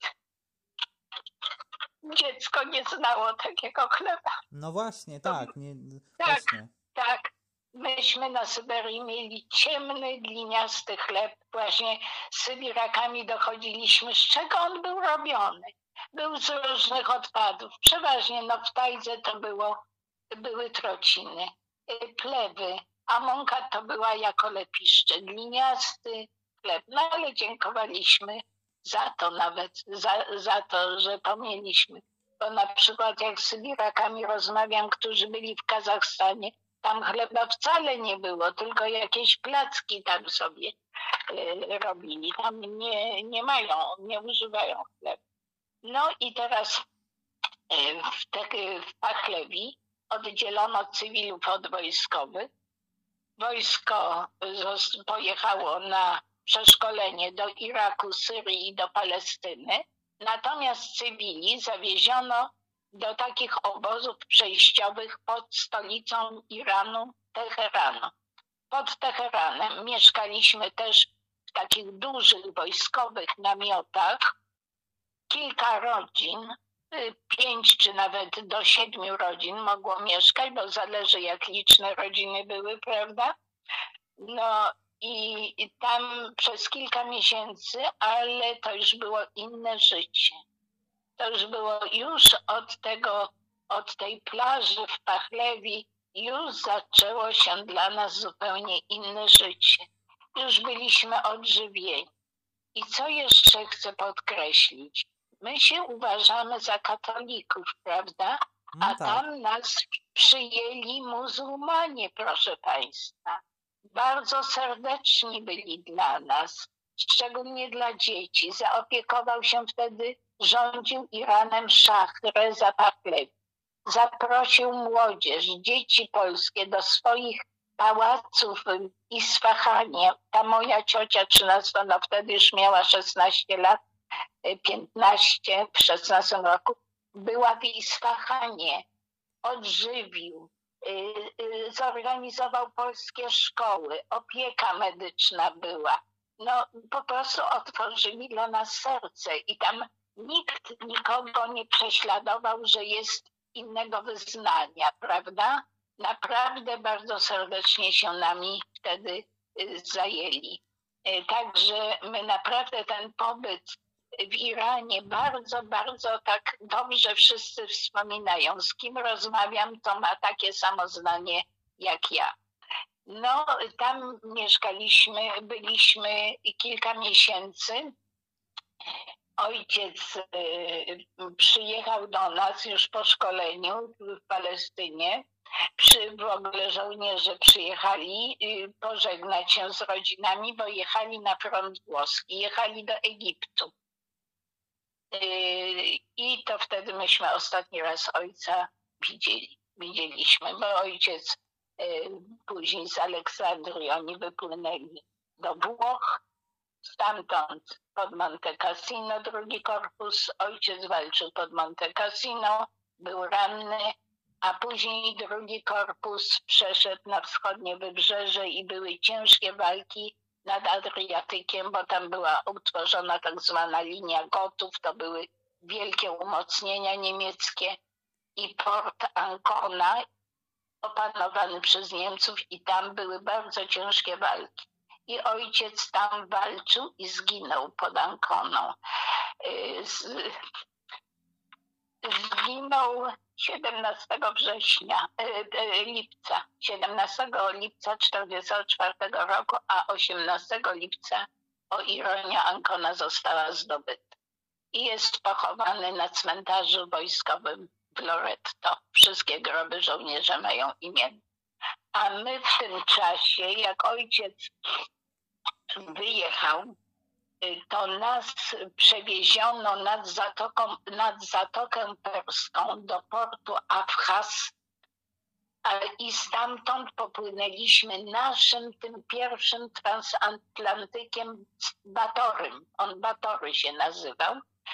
Dziecko nie znało takiego chleba. No właśnie, tak. Nie, tak, właśnie. tak. Myśmy na Syberii mieli ciemny, gliniasty chleb. Właśnie z sybirakami dochodziliśmy, z czego on był robiony. Był z różnych odpadów. Przeważnie no, w tajdze to było, były trociny, plewy, a mąka to była jako lepiszcze. Gliniasty chleb. No ale dziękowaliśmy za to nawet, za, za to, że to mieliśmy. Bo na przykład jak z sybirakami rozmawiam, którzy byli w Kazachstanie, tam chleba wcale nie było, tylko jakieś placki tam sobie y, robili. Tam nie, nie mają, nie używają chleba. No i teraz y, w, te, w Pachlewi oddzielono cywilów od wojskowych. Wojsko pojechało na przeszkolenie do Iraku, Syrii i do Palestyny. Natomiast cywili zawieziono do takich obozów przejściowych pod stolicą Iranu, Teheranu. Pod Teheranem mieszkaliśmy też w takich dużych wojskowych namiotach. Kilka rodzin, pięć czy nawet do siedmiu rodzin mogło mieszkać, bo zależy jak liczne rodziny były, prawda? No i, i tam przez kilka miesięcy, ale to już było inne życie. To już było już od tego, od tej plaży w Pachlewi, już zaczęło się dla nas zupełnie inne życie. Już byliśmy odżywieni. I co jeszcze chcę podkreślić? My się uważamy za katolików, prawda? No A tak. tam nas przyjęli muzułmanie, proszę Państwa. Bardzo serdeczni byli dla nas, szczególnie dla dzieci. Zaopiekował się wtedy, rządził Iranem szach Reza Pahlevi. Zaprosił młodzież, dzieci polskie do swoich pałaców w Isfahanie. Ta moja ciocia trzynasta, no wtedy już miała szesnaście lat, piętnaście, w szesnastym roku, była w Isfahanie, odżywił, zorganizował polskie szkoły, opieka medyczna była. No po prostu otworzyli dla nas serce i tam nikt nikogo nie prześladował, że jest innego wyznania, prawda? Naprawdę bardzo serdecznie się nami wtedy zajęli. Także my naprawdę ten pobyt w Iranie bardzo, bardzo tak dobrze wszyscy wspominają. Z kim rozmawiam, to ma takie samo zdanie jak ja. No, tam mieszkaliśmy, byliśmy kilka miesięcy. Ojciec y, przyjechał do nas już po szkoleniu w Palestynie. Przy, w ogóle żołnierze przyjechali y, pożegnać się z rodzinami, bo jechali na front włoski, jechali do Egiptu. Y, I to wtedy myśmy ostatni raz ojca widzieli, widzieliśmy, bo ojciec y, później z Aleksandrii oni wypłynęli do Włoch. Stamtąd pod Monte Cassino, drugi korpus, ojciec walczył pod Monte Cassino, był ranny, a później drugi korpus przeszedł na wschodnie wybrzeże i były ciężkie walki nad Adriatykiem, bo tam była utworzona tak zwana linia Gotów, to były wielkie umocnienia niemieckie i port Ancona opanowany przez Niemców i tam były bardzo ciężkie walki. I ojciec tam walczył i zginął pod Anconą. Zginął siedemnastego września, lipca, siedemnastego lipca czterdziestego czwartego roku, a osiemnastego lipca, o ironia, Ancona została zdobyta. I jest pochowany na cmentarzu wojskowym w Loretto. Wszystkie groby żołnierze mają imię. A my w tym czasie, jak ojciec wyjechał, to nas przewieziono nad, zatoką, nad Zatokę Perską do portu Abchaz i stamtąd popłynęliśmy naszym tym pierwszym transatlantykiem Batorym. On Batory się nazywał.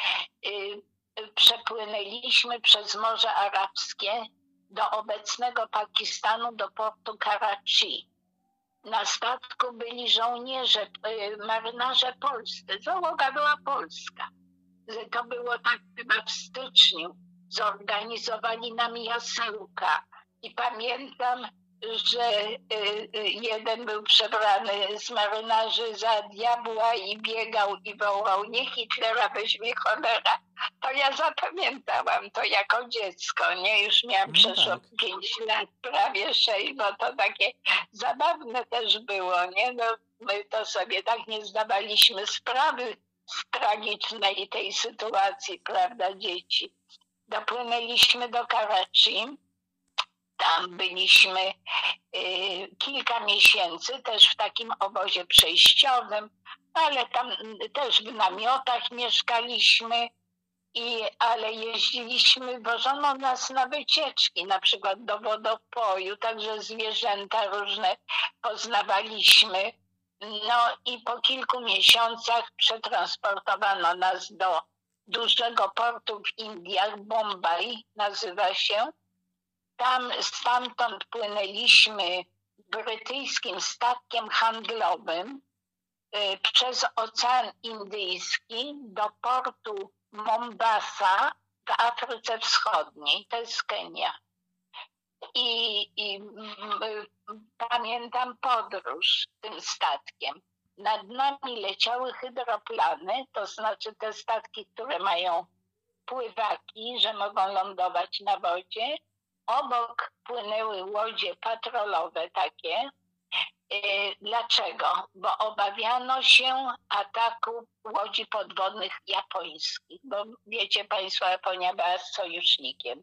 Przepłynęliśmy przez Morze Arabskie do obecnego Pakistanu, do portu Karachi. Na statku byli żołnierze, marynarze polscy, załoga była polska. To było tak chyba w styczniu. Zorganizowali nam jasełka i pamiętam, że jeden był przebrany z marynarzy za diabła i biegał i wołał: nie Hitlera, weźmie cholera. To ja zapamiętałam to jako dziecko, nie? Już miałam No przeszło tak. pięć lat, prawie sześć, bo to takie zabawne też było, nie? No, my to sobie tak nie zdawaliśmy sprawy z tragicznej tej sytuacji, prawda, dzieci. Dopłynęliśmy do Karachi. Tam byliśmy y, kilka miesięcy, też w takim obozie przejściowym, ale tam też w namiotach mieszkaliśmy, i, ale jeździliśmy, wożono nas na wycieczki, na przykład do wodopoju, także zwierzęta różne poznawaliśmy. No i po kilku miesiącach przetransportowano nas do dużego portu w Indiach, Bombaj nazywa się. Tam stamtąd płynęliśmy brytyjskim statkiem handlowym y, przez Ocean Indyjski do portu Mombasa w Afryce Wschodniej, to jest Kenia. I, i y, pamiętam podróż tym statkiem. Nad nami leciały hydroplany, to znaczy te statki, które mają pływaki, że mogą lądować na wodzie. Obok płynęły łodzie patrolowe takie. Dlaczego? Bo obawiano się ataku łodzi podwodnych japońskich, bo wiecie Państwo, Japonia była sojusznikiem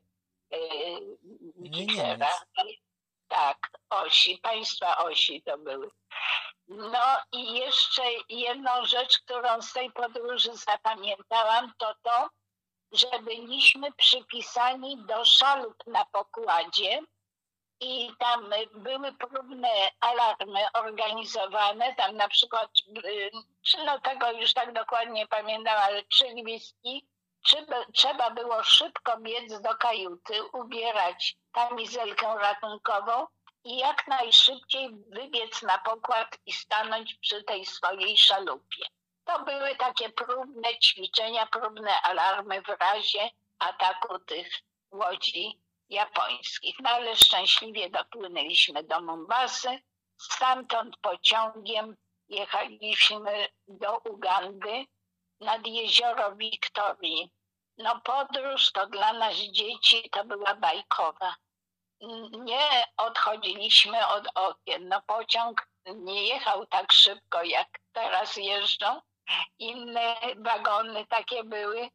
Hitlera. Tak, osi, państwa osi to były. No i jeszcze jedną rzecz, którą z tej podróży zapamiętałam, to to, że byliśmy przypisani do szalup na pokładzie i tam były próbne alarmy organizowane, tam na przykład, no tego już tak dokładnie nie pamiętam, ale trzy gwizdki, trzeba było szybko biec do kajuty, ubierać kamizelkę ratunkową i jak najszybciej wybiec na pokład i stanąć przy tej swojej szalupie. To były takie próbne ćwiczenia, próbne alarmy w razie ataku tych łodzi japońskich. No ale szczęśliwie dopłynęliśmy do Mombasy. Stamtąd pociągiem jechaliśmy do Ugandy. nad jezioro Wiktorii. No podróż to dla nas dzieci to była bajkowa. Nie odchodziliśmy od okien. No pociąg nie jechał tak szybko, jak teraz jeżdżą. Inne wagony takie były.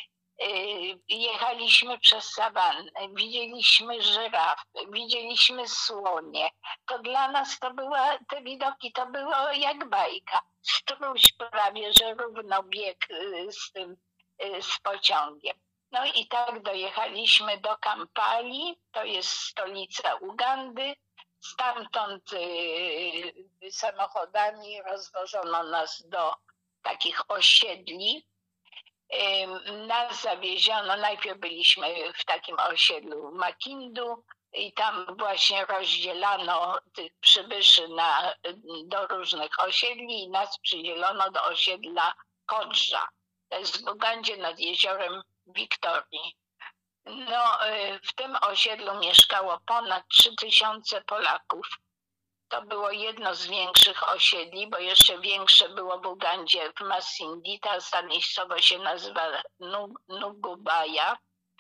Jechaliśmy przez sawannę, widzieliśmy żyrafy, widzieliśmy słonie. To dla nas to była, te widoki to było jak bajka. Struś prawie, że równo biegł z tym, z pociągiem. No i tak dojechaliśmy do Kampali, to jest stolica Ugandy. Stamtąd y, samochodami rozwożono nas do takich osiedli. Nas zawieziono, najpierw byliśmy w takim osiedlu Makindu i tam właśnie rozdzielano tych przybyszy na, do różnych osiedli i nas przydzielono do osiedla Kodża. To jest w Ugandzie nad jeziorem Wiktorii. No, w tym osiedlu mieszkało ponad trzy tysiące Polaków. To było jedno z większych osiedli, bo jeszcze większe było w Ugandzie, w Masindi. Ta miejscowość się nazywa Nugubaja.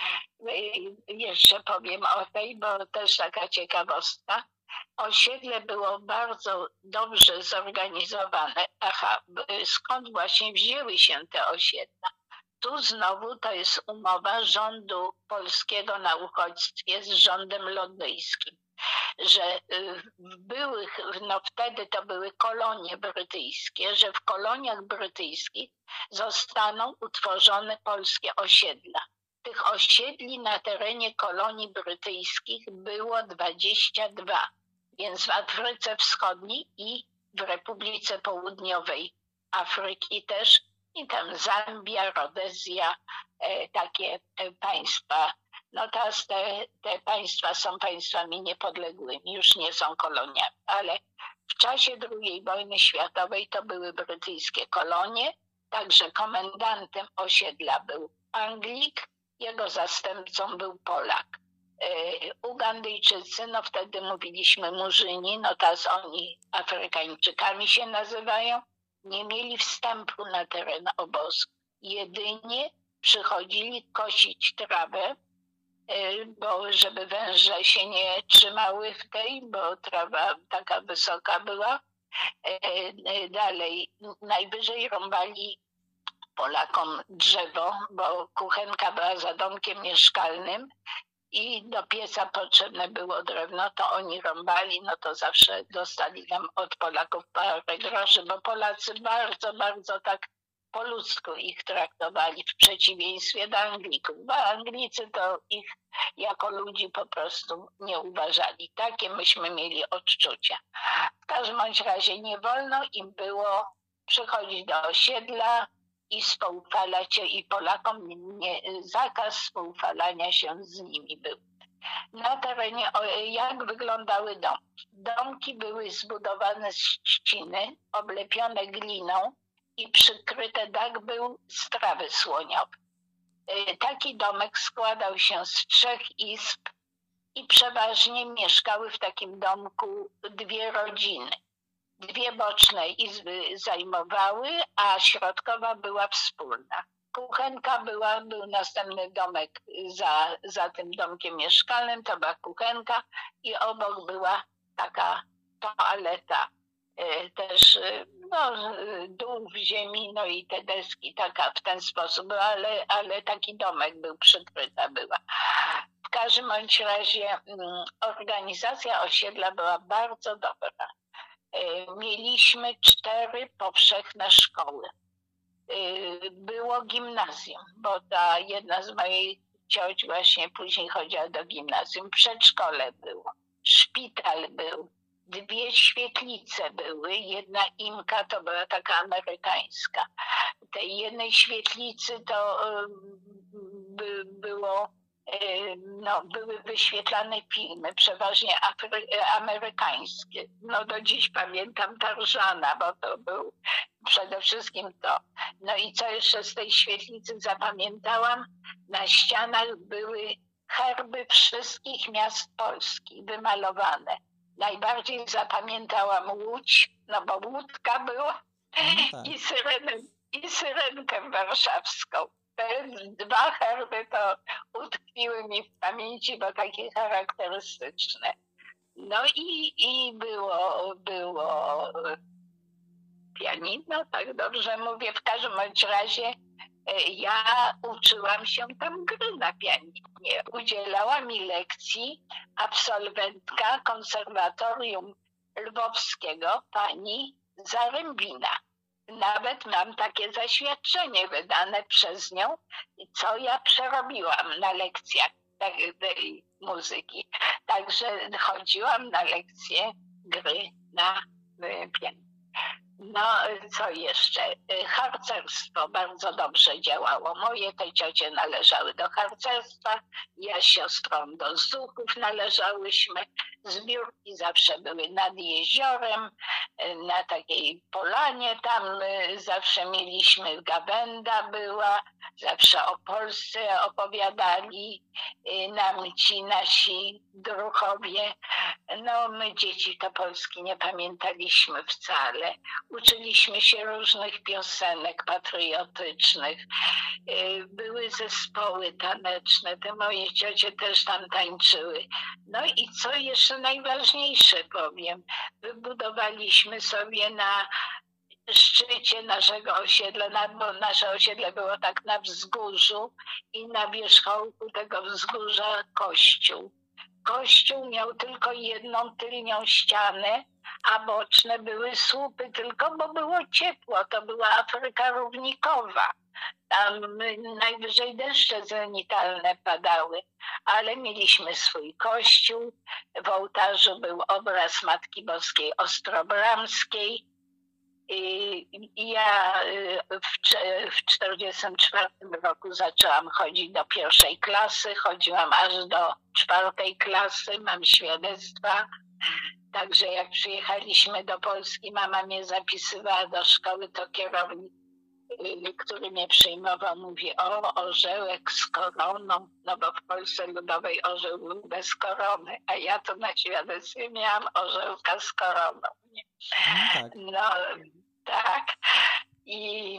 Jeszcze powiem o tej, bo też taka ciekawostka. Osiedle było bardzo dobrze zorganizowane. Aha, skąd właśnie wzięły się te osiedla? Tu znowu to jest umowa rządu polskiego na uchodźstwie z rządem londyńskim, że w byłych, no wtedy to były kolonie brytyjskie, że w koloniach brytyjskich zostaną utworzone polskie osiedla. Tych osiedli na terenie kolonii brytyjskich było dwadzieścia dwa, więc w Afryce Wschodniej i w Republice Południowej Afryki też, i tam Zambia, Rodezja, e, takie e, państwa. No teraz te, te państwa są państwami niepodległymi, już nie są koloniami, ale w czasie drugiej wojny światowej to były brytyjskie kolonie, także komendantem osiedla był Anglik, jego zastępcą był Polak. E, Ugandyjczycy, no wtedy mówiliśmy Murzyni, no teraz oni Afrykańczykami się nazywają, nie mieli wstępu na teren obozu. Jedynie przychodzili kosić trawę, bo żeby węże się nie trzymały w tej, bo trawa taka wysoka była. Dalej, najwyżej rąbali Polakom drzewo, bo kuchenka była za domkiem mieszkalnym i do pieca potrzebne było drewno, to oni rąbali, no to zawsze dostali nam od Polaków parę groszy, bo Polacy bardzo, bardzo tak po ludzku ich traktowali w przeciwieństwie do Anglików, bo Anglicy to ich jako ludzi po prostu nie uważali. Takie myśmy mieli odczucia. W każdym bądź razie nie wolno im było przychodzić do osiedla i spoufalać się, i Polakom nie, zakaz spoufalania się z nimi był. Na terenie, jak wyglądały domki? Domki były zbudowane z trzciny, oblepione gliną i przykryte, dach był z trawy słoniowej. Taki domek składał się z trzech izb i przeważnie mieszkały w takim domku dwie rodziny. Dwie boczne izby zajmowały, a środkowa była wspólna. Kuchenka była, był następny domek za, za tym domkiem mieszkalnym, to była kuchenka i obok była taka toaleta. Też no, dół w ziemi, no i te deski taka w ten sposób, ale, ale taki domek był, przykryta była. W każdym bądź razie organizacja osiedla była bardzo dobra. Mieliśmy cztery powszechne szkoły. Było gimnazjum, bo ta jedna z moich cioć właśnie później chodziła do gimnazjum. Przedszkole było, szpital był, dwie świetlice były. Jedna Imka to była taka amerykańska. Tej jednej świetlicy to by było, no, były wyświetlane filmy, przeważnie afry- amerykańskie. No do dziś pamiętam Tarzana, bo to był przede wszystkim to. No i co jeszcze z tej świetlicy zapamiętałam? Na ścianach były herby wszystkich miast Polski wymalowane. Najbardziej zapamiętałam Łódź, no bo łódka była, no tak. i syrenę, i Syrenkę Warszawską. Te dwa herby to utkwiły mi w pamięci, bo takie charakterystyczne. No i, i było, było pianino, tak dobrze mówię. W każdym bądź razie ja uczyłam się tam gry na pianinie. Udzielała mi lekcji absolwentka konserwatorium lwowskiego, pani Zarębina. Nawet mam takie zaświadczenie wydane przez nią, co ja przerobiłam na lekcjach tej muzyki. Także chodziłam na lekcje gry na pianinie. No, co jeszcze? Harcerstwo bardzo dobrze działało. Moje te ciocie należały do harcerstwa, ja z siostrą do zuchów należałyśmy. Zbiórki zawsze były nad jeziorem, na takiej polanie tam zawsze mieliśmy, gawenda była, zawsze o Polsce opowiadali nam ci nasi druhowie. No, my dzieci to Polski nie pamiętaliśmy wcale. Uczyliśmy się różnych piosenek patriotycznych. Były zespoły taneczne, te moje ciocie też tam tańczyły. No i co jeszcze najważniejsze powiem, wybudowaliśmy sobie na szczycie naszego osiedla, bo nasze osiedle było tak na wzgórzu i na wierzchołku tego wzgórza kościół. Kościół miał tylko jedną tylnią ścianę, a boczne były słupy tylko, bo było ciepło. To była Afryka równikowa. Tam najwyżej deszcze zenitalne padały, ale mieliśmy swój kościół. W ołtarzu był obraz Matki Boskiej Ostrobramskiej. I ja w czterdziestym czwartym roku zaczęłam chodzić do pierwszej klasy, chodziłam aż do czwartej klasy, mam świadectwa. Także jak przyjechaliśmy do Polski, mama mnie zapisywała do szkoły, to kierownik, który mnie przyjmował, mówi: o, orzełek z koroną, no bo w Polsce Ludowej orzeł był bez korony, a ja to na świadectwie miałam orzełka z koroną. No tak. No tak. I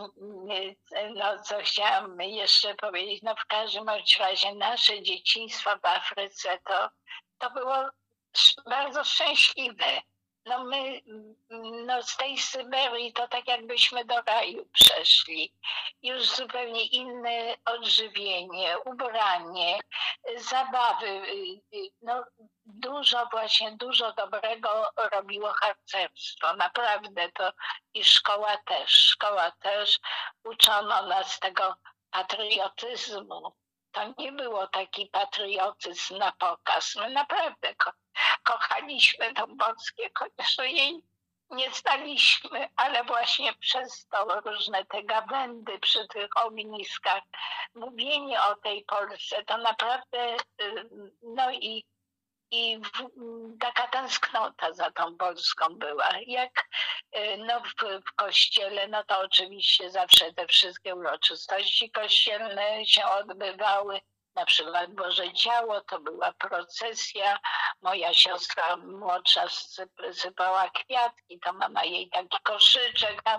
no co chciałam jeszcze powiedzieć, no w każdym razie nasze dzieciństwo w Afryce to, to było bardzo szczęśliwe. No my no z tej Syberii to tak jakbyśmy do raju przeszli. Już zupełnie inne odżywienie, ubranie, zabawy. No dużo właśnie, dużo dobrego robiło harcerstwo. Naprawdę to i szkoła też. Szkoła też uczono nas tego patriotyzmu. To nie było taki patriotyzm na pokaz. My naprawdę ko- kochaliśmy tą Polskę, chociaż jej nie znaliśmy, ale właśnie przez to różne te gawędy przy tych ogniskach, mówienie o tej Polsce, to naprawdę no i, i w, taka tęsknota za tą Polską była. Jak no w, w kościele, no to oczywiście zawsze te wszystkie uroczystości kościelne się odbywały. Na przykład Boże Ciało, to była procesja, moja siostra młodsza sypała kwiatki, to mama jej taki koszyczek tam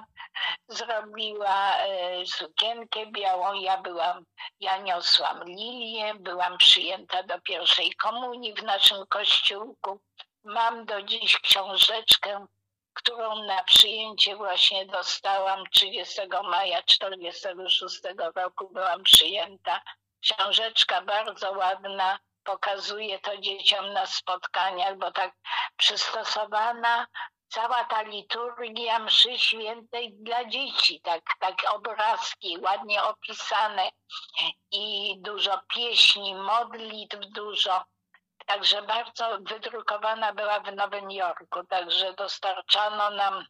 zrobiła, e, sukienkę białą, ja byłam, ja niosłam lilię, byłam przyjęta do pierwszej komunii w naszym kościółku. Mam do dziś książeczkę, którą na przyjęcie właśnie dostałam trzydziestego maja czterdziestego szóstego roku, byłam przyjęta. Książeczka bardzo ładna, pokazuje to dzieciom na spotkaniach, bo tak przystosowana cała ta liturgia mszy świętej dla dzieci, tak, tak obrazki ładnie opisane i dużo pieśni, modlitw dużo. Także bardzo wydrukowana była w Nowym Jorku, także dostarczano nam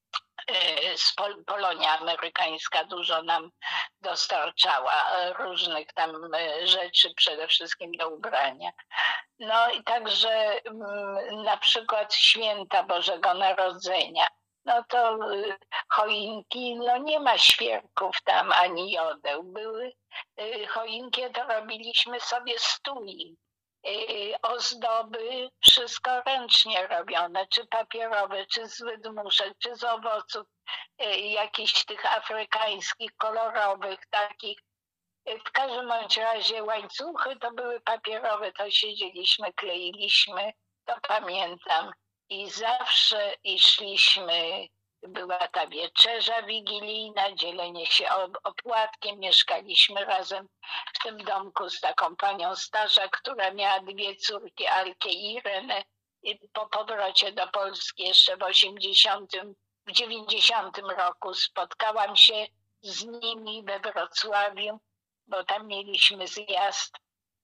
z Pol- Polonia amerykańska dużo nam dostarczała różnych tam rzeczy, przede wszystkim do ubrania. No i także na przykład święta Bożego Narodzenia. No to choinki, no nie ma świerków tam ani jodeł. Były choinki, to robiliśmy sobie stuli. ozdoby, wszystko ręcznie robione, czy papierowe, czy z wydmuszek, czy z owoców, jakichś tych afrykańskich, kolorowych, takich. W każdym bądź razie łańcuchy to były papierowe, to siedzieliśmy, kleiliśmy, to pamiętam. I zawsze i szliśmy, była ta wieczerza wigilijna, dzielenie się opłatkiem, mieszkaliśmy razem w tym domku z taką panią Stasza, która miała dwie córki, Alkę i Irenę. I po powrocie do Polski jeszcze w osiemdziesiątym, w dziewięćdziesiątym roku spotkałam się z nimi we Wrocławiu, bo tam mieliśmy zjazd.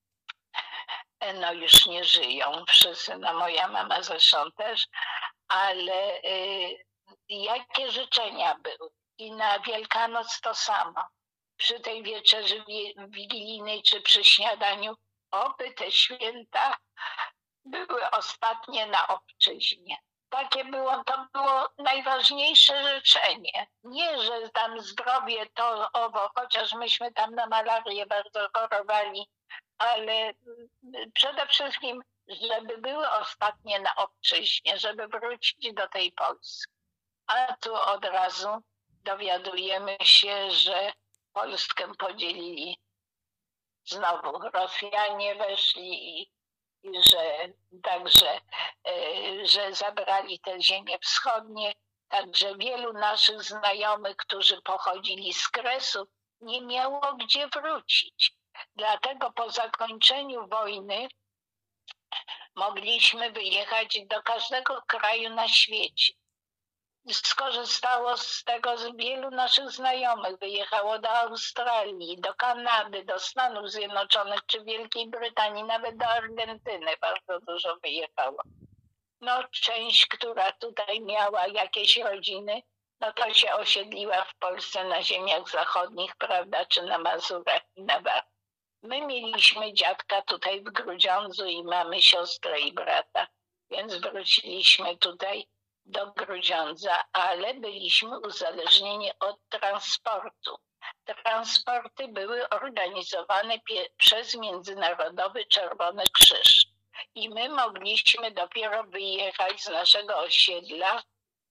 No już nie żyją wszyscy, no moja mama zresztą też, ale y, jakie życzenia były. I na Wielkanoc to samo. Przy tej wieczerzy wigilijnej czy przy śniadaniu, oby te święta były ostatnie na obczyźnie. Takie było, to było najważniejsze życzenie. Nie, że tam zdrowie to owo, chociaż myśmy tam na malarię bardzo chorowali, ale przede wszystkim, żeby były ostatnie na obczyźnie, żeby wrócić do tej Polski. A tu od razu dowiadujemy się, że Polskę podzielili znowu. Rosjanie weszli i, i że także, y, że zabrali te ziemie wschodnie. Także wielu naszych znajomych, którzy pochodzili z Kresów, nie miało gdzie wrócić. Dlatego po zakończeniu wojny mogliśmy wyjechać do każdego kraju na świecie. Skorzystało z tego z wielu naszych znajomych. Wyjechało do Australii, do Kanady, do Stanów Zjednoczonych czy Wielkiej Brytanii, nawet do Argentyny bardzo dużo wyjechało. No część, która tutaj miała jakieś rodziny, no to się osiedliła w Polsce na ziemiach zachodnich, prawda, czy na Mazurach i na Warmii. My mieliśmy dziadka tutaj w Grudziądzu i mamy siostrę i brata, więc wróciliśmy tutaj do Grudziądza, ale byliśmy uzależnieni od transportu. Transporty były organizowane przez Międzynarodowy Czerwony Krzyż i my mogliśmy dopiero wyjechać z naszego osiedla w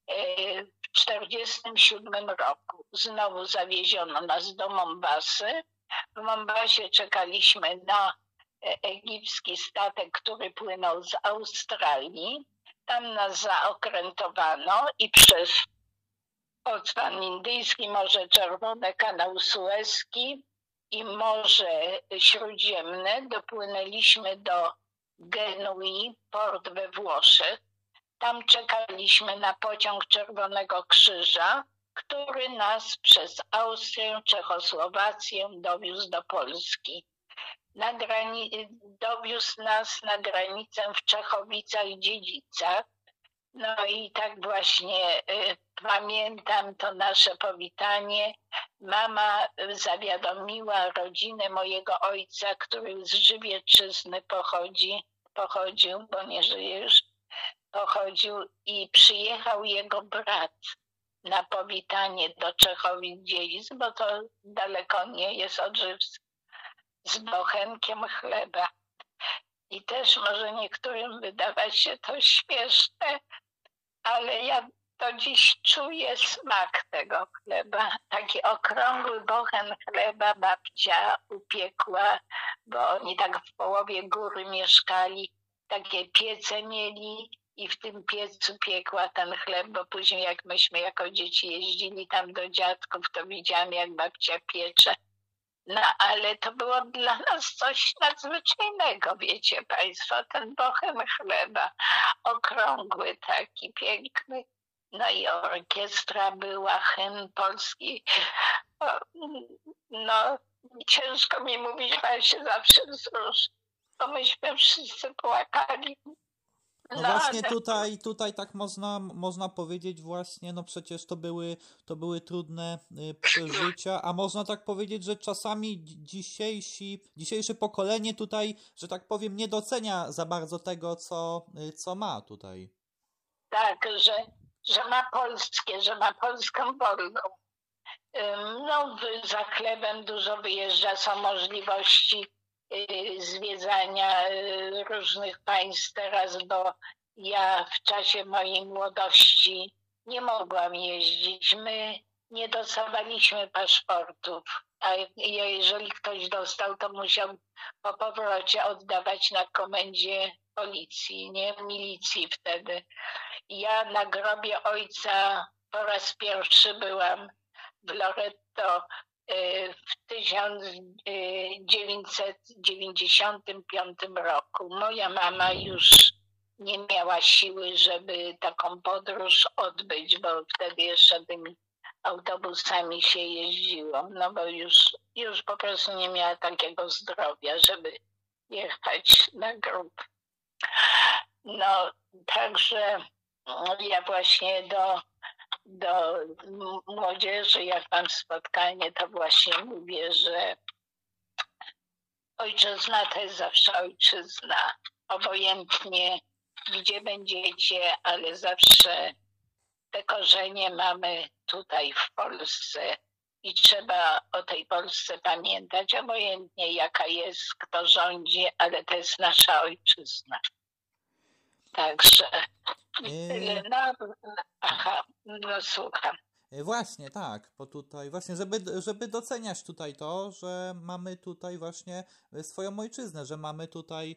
w czterdziestym siódmym roku. Znowu zawieziono nas do Mombasy. W Mombasie czekaliśmy na egipski statek, który płynął z Australii. Tam nas zaokrętowano i przez Ocean Indyjski, Morze Czerwone, Kanał Sueski i Morze Śródziemne dopłynęliśmy do Genui, port we Włoszech. Tam czekaliśmy na pociąg Czerwonego Krzyża, który nas przez Austrię, Czechosłowację dowiózł do Polski. Na grani- dowiózł nas na granicę w Czechowicach-Dziedzicach. No i tak właśnie y, pamiętam to nasze powitanie. Mama zawiadomiła rodzinę mojego ojca, który z Żywiecczyzny pochodzi, pochodził, bo nie żyje już, pochodził i przyjechał jego brat na powitanie do Czechowic-Dziedzic, bo to daleko nie jest od Żywca, z bochenkiem chleba. I też może niektórym wydawać się to śmieszne, ale ja do dziś czuję smak tego chleba. Taki okrągły bochen chleba babcia upiekła, bo oni tak w połowie góry mieszkali, takie piece mieli i w tym piecu piekła ten chleb, bo później jak myśmy jako dzieci jeździli tam do dziadków, to widziałam jak babcia piecze. No ale to było dla nas coś nadzwyczajnego, wiecie Państwo, ten bochen chleba, okrągły taki, piękny. No i orkiestra była, hymn polski. No ciężko mi mówić, ale się zawsze wzruszy, bo myśmy wszyscy płakali. No właśnie tutaj, tutaj tak można, można powiedzieć właśnie, no przecież to były, to były trudne y, przeżycia, a można tak powiedzieć, że czasami dzisiejsi, dzisiejsze pokolenie tutaj, że tak powiem, nie docenia za bardzo tego, co, y, co ma tutaj. Tak, że, że ma polskie, że ma polską wolną. No za chlebem dużo wyjeżdża, są możliwości zwiedzania różnych państw teraz, bo ja w czasie mojej młodości nie mogłam jeździć. My nie dostawaliśmy paszportów, a jeżeli ktoś dostał, to musiał po powrocie oddawać na komendzie policji, nie milicji wtedy. Ja na grobie ojca po raz pierwszy byłam w Loreto w tysiąc dziewięćset dziewięćdziesiątym piątym roku. Moja mama już nie miała siły, żeby taką podróż odbyć, bo wtedy jeszcze tymi autobusami się jeździło, no bo już, już po prostu nie miała takiego zdrowia, żeby jechać na grób. No, także ja właśnie do, do młodzieży, jak mam spotkanie, to właśnie mówię, że ojczyzna to jest zawsze ojczyzna. Obojętnie gdzie będziecie, ale zawsze te korzenie mamy tutaj w Polsce i trzeba o tej Polsce pamiętać, obojętnie jaka jest, kto rządzi, ale to jest nasza ojczyzna. Także tyle. No, aha, no słucham. Właśnie, tak, bo tutaj właśnie, żeby, żeby doceniać tutaj to, że mamy tutaj właśnie swoją ojczyznę, że mamy tutaj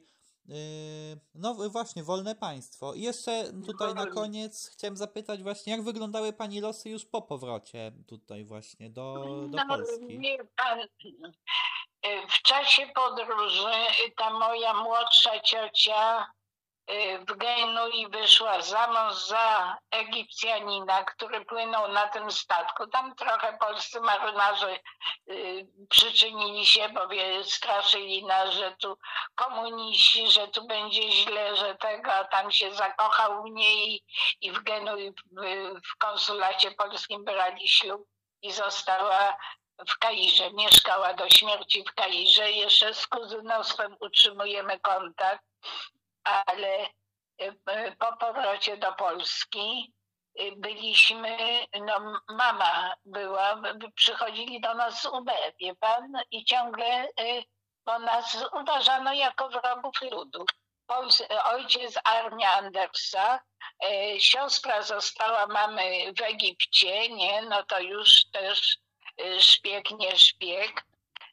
no właśnie, wolne państwo. I jeszcze tutaj na koniec chciałem zapytać właśnie, jak wyglądały Pani losy już po powrocie tutaj właśnie do, do no, Polski? Nie, pan, w czasie podróży ta moja młodsza ciocia w Genui wyszła za mąż za Egipcjanina, który płynął na tym statku. Tam trochę polscy marynarze y, przyczynili się, bo wie, straszyli nas, że tu komuniści, że tu będzie źle, że tego, a tam się zakochał w niej i w Genui w, w konsulacie polskim brali ślub i została w Kairze. Mieszkała do śmierci w Kairze. Jeszcze z kuzynostwem utrzymujemy kontakt. Ale po powrocie do Polski byliśmy, no mama była, przychodzili do nas z U B, wie pan, i ciągle, bo nas uważano jako wrogów ludu. Ojciec armia Andersa, siostra została mamy w Egipcie, nie, no to już też szpieg, nie szpieg.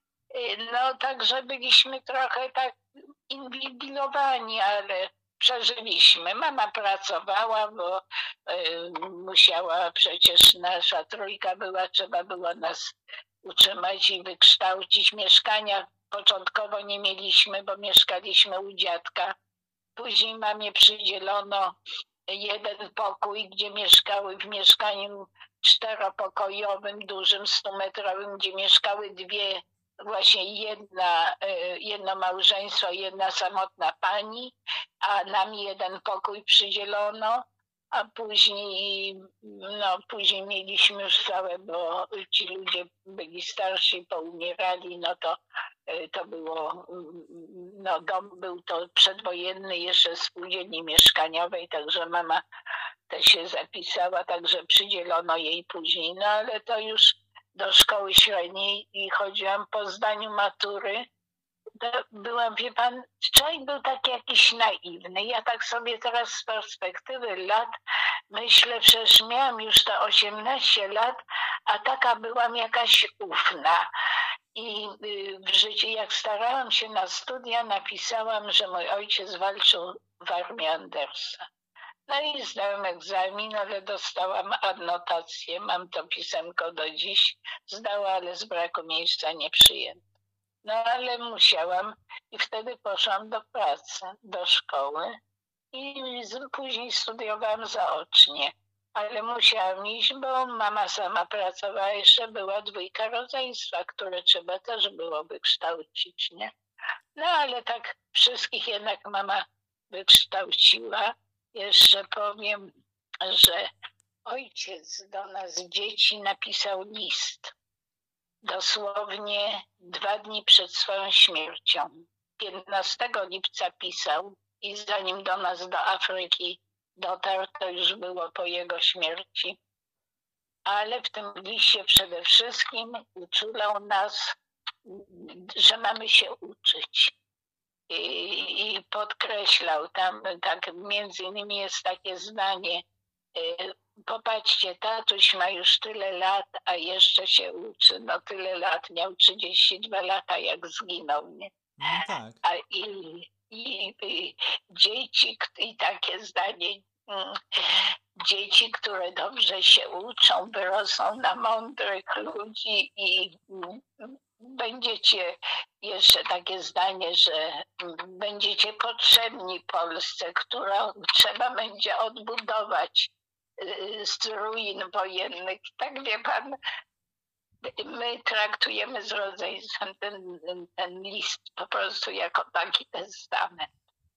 No także byliśmy trochę tak inwigilowani, ale przeżyliśmy. Mama pracowała, bo y, musiała, przecież nasza trójka była, trzeba było nas utrzymać i wykształcić. Mieszkania początkowo nie mieliśmy, bo mieszkaliśmy u dziadka. Później mamie przydzielono jeden pokój, gdzie mieszkały w mieszkaniu czteropokojowym, dużym, stumetrowym, gdzie mieszkały dwie, właśnie jedna, jedno małżeństwo, jedna samotna pani, a nam jeden pokój przydzielono, a później, no później mieliśmy już całe, bo ci ludzie byli starsi, poumierali, no to to było, no dom był to przedwojenny, jeszcze spółdzielni mieszkaniowej, także mama też się zapisała, także przydzielono jej później, no ale to już do szkoły średniej i chodziłam po zdaniu matury. Byłam, wie pan, człowiek był taki jakiś naiwny. Ja tak sobie teraz z perspektywy lat myślę, przecież miałam już te osiemnaście lat, a taka byłam jakaś ufna. I w życiu, jak starałam się na studia, napisałam, że mój ojciec walczył w armii Andersa. No i zdałem egzamin, ale dostałam adnotację, mam to pisemko do dziś, zdała, ale z braku miejsca nie przyjęto. No ale musiałam i wtedy poszłam do pracy, do szkoły i później studiowałam zaocznie. Ale musiałam iść, bo mama sama pracowała, jeszcze była dwójka rodzeństwa, które trzeba też było wykształcić, nie? No ale tak wszystkich jednak mama wykształciła. Jeszcze powiem, że ojciec do nas, dzieci, napisał list. Dosłownie dwa dni przed swoją śmiercią. piętnastego lipca pisał i zanim do nas, do Afryki dotarł, to już było po jego śmierci. Ale w tym liście przede wszystkim uczulał nas że mamy się uczyć. I, i podkreślał tam, tak między innymi jest takie zdanie, popatrzcie, tatuś ma już tyle lat, a jeszcze się uczy. No tyle lat, miał trzydzieści dwa lata, jak zginął, nie? No tak. A i, i, i dzieci, i takie zdanie, dzieci, które dobrze się uczą, wyrosną na mądrych ludzi i będziecie, jeszcze takie zdanie, że będziecie potrzebni Polsce, którą trzeba będzie odbudować z ruin wojennych. Tak, wie pan, my traktujemy z rodzeństwem ten, ten list po prostu jako taki testament.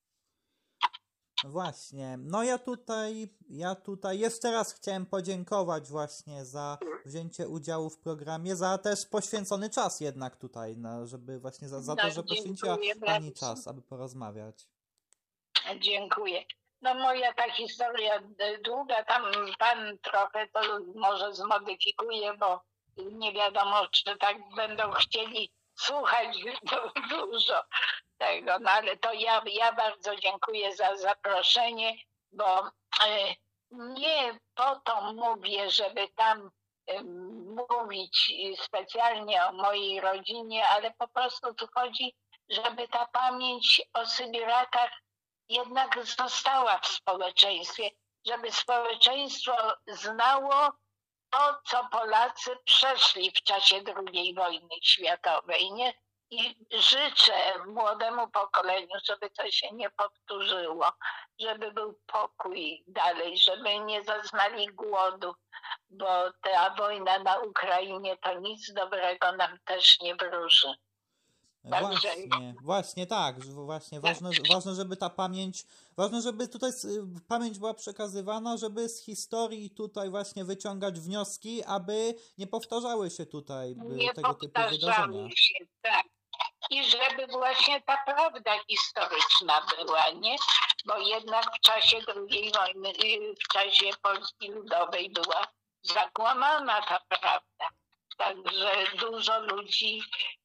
Właśnie, no ja tutaj, ja tutaj jeszcze raz chciałem podziękować właśnie za wzięcie udziału w programie, za też poświęcony czas jednak tutaj, na, żeby właśnie za, za to, No, że poświęciła Pani bardzo czas, aby porozmawiać. Dziękuję. No moja ta historia długa, tam pan trochę to może zmodyfikuje, bo nie wiadomo, czy tak będą chcieli słuchać dużo tego, no ale to ja, ja bardzo dziękuję za zaproszenie, bo e, nie po to mówię, żeby tam e, mówić specjalnie o mojej rodzinie, ale po prostu tu chodzi, żeby ta pamięć o Sybirakach jednak została w społeczeństwie, żeby społeczeństwo znało to, co Polacy przeszli w czasie drugiej wojny światowej, nie? I życzę młodemu pokoleniu, żeby to się nie powtórzyło, żeby był pokój dalej, żeby nie zaznali głodu, bo ta wojna na Ukrainie to nic dobrego nam też nie wróży. Właśnie, właśnie tak, właśnie ważne, ważne, żeby ta pamięć, ważne, żeby tutaj pamięć była przekazywana, żeby z historii tutaj właśnie wyciągać wnioski, aby nie powtarzały się tutaj nie tego typu wydarzenia. Się, tak. I żeby właśnie ta prawda historyczna była, nie? Bo jednak w czasie drugiej wojny, w czasie Polski Ludowej była zakłamana ta prawda. Także dużo ludzi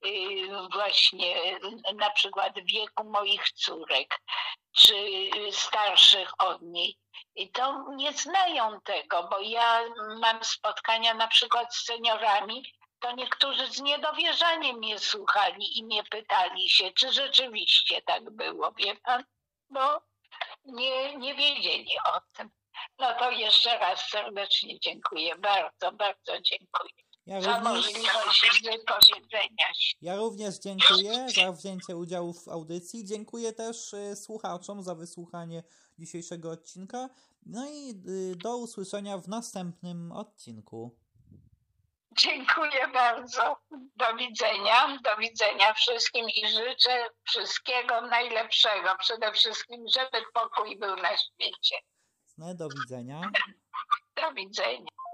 właśnie na przykład w wieku moich córek, czy starszych od niej, i to nie znają tego, bo ja mam spotkania na przykład z seniorami, to niektórzy z niedowierzaniem mnie słuchali i mnie pytali się, czy rzeczywiście tak było, wie pan, bo nie, nie wiedzieli o tym. No to jeszcze raz serdecznie dziękuję, bardzo, bardzo dziękuję. Ja za również, możliwość wypowiedzenia się. Ja również dziękuję za wzięcie udziału w audycji. Dziękuję też y, słuchaczom za wysłuchanie dzisiejszego odcinka. No i y, do usłyszenia w następnym odcinku. Dziękuję bardzo. Do widzenia. Do widzenia wszystkim i życzę wszystkiego najlepszego. Przede wszystkim, żeby pokój był na świecie. Do widzenia. Do widzenia.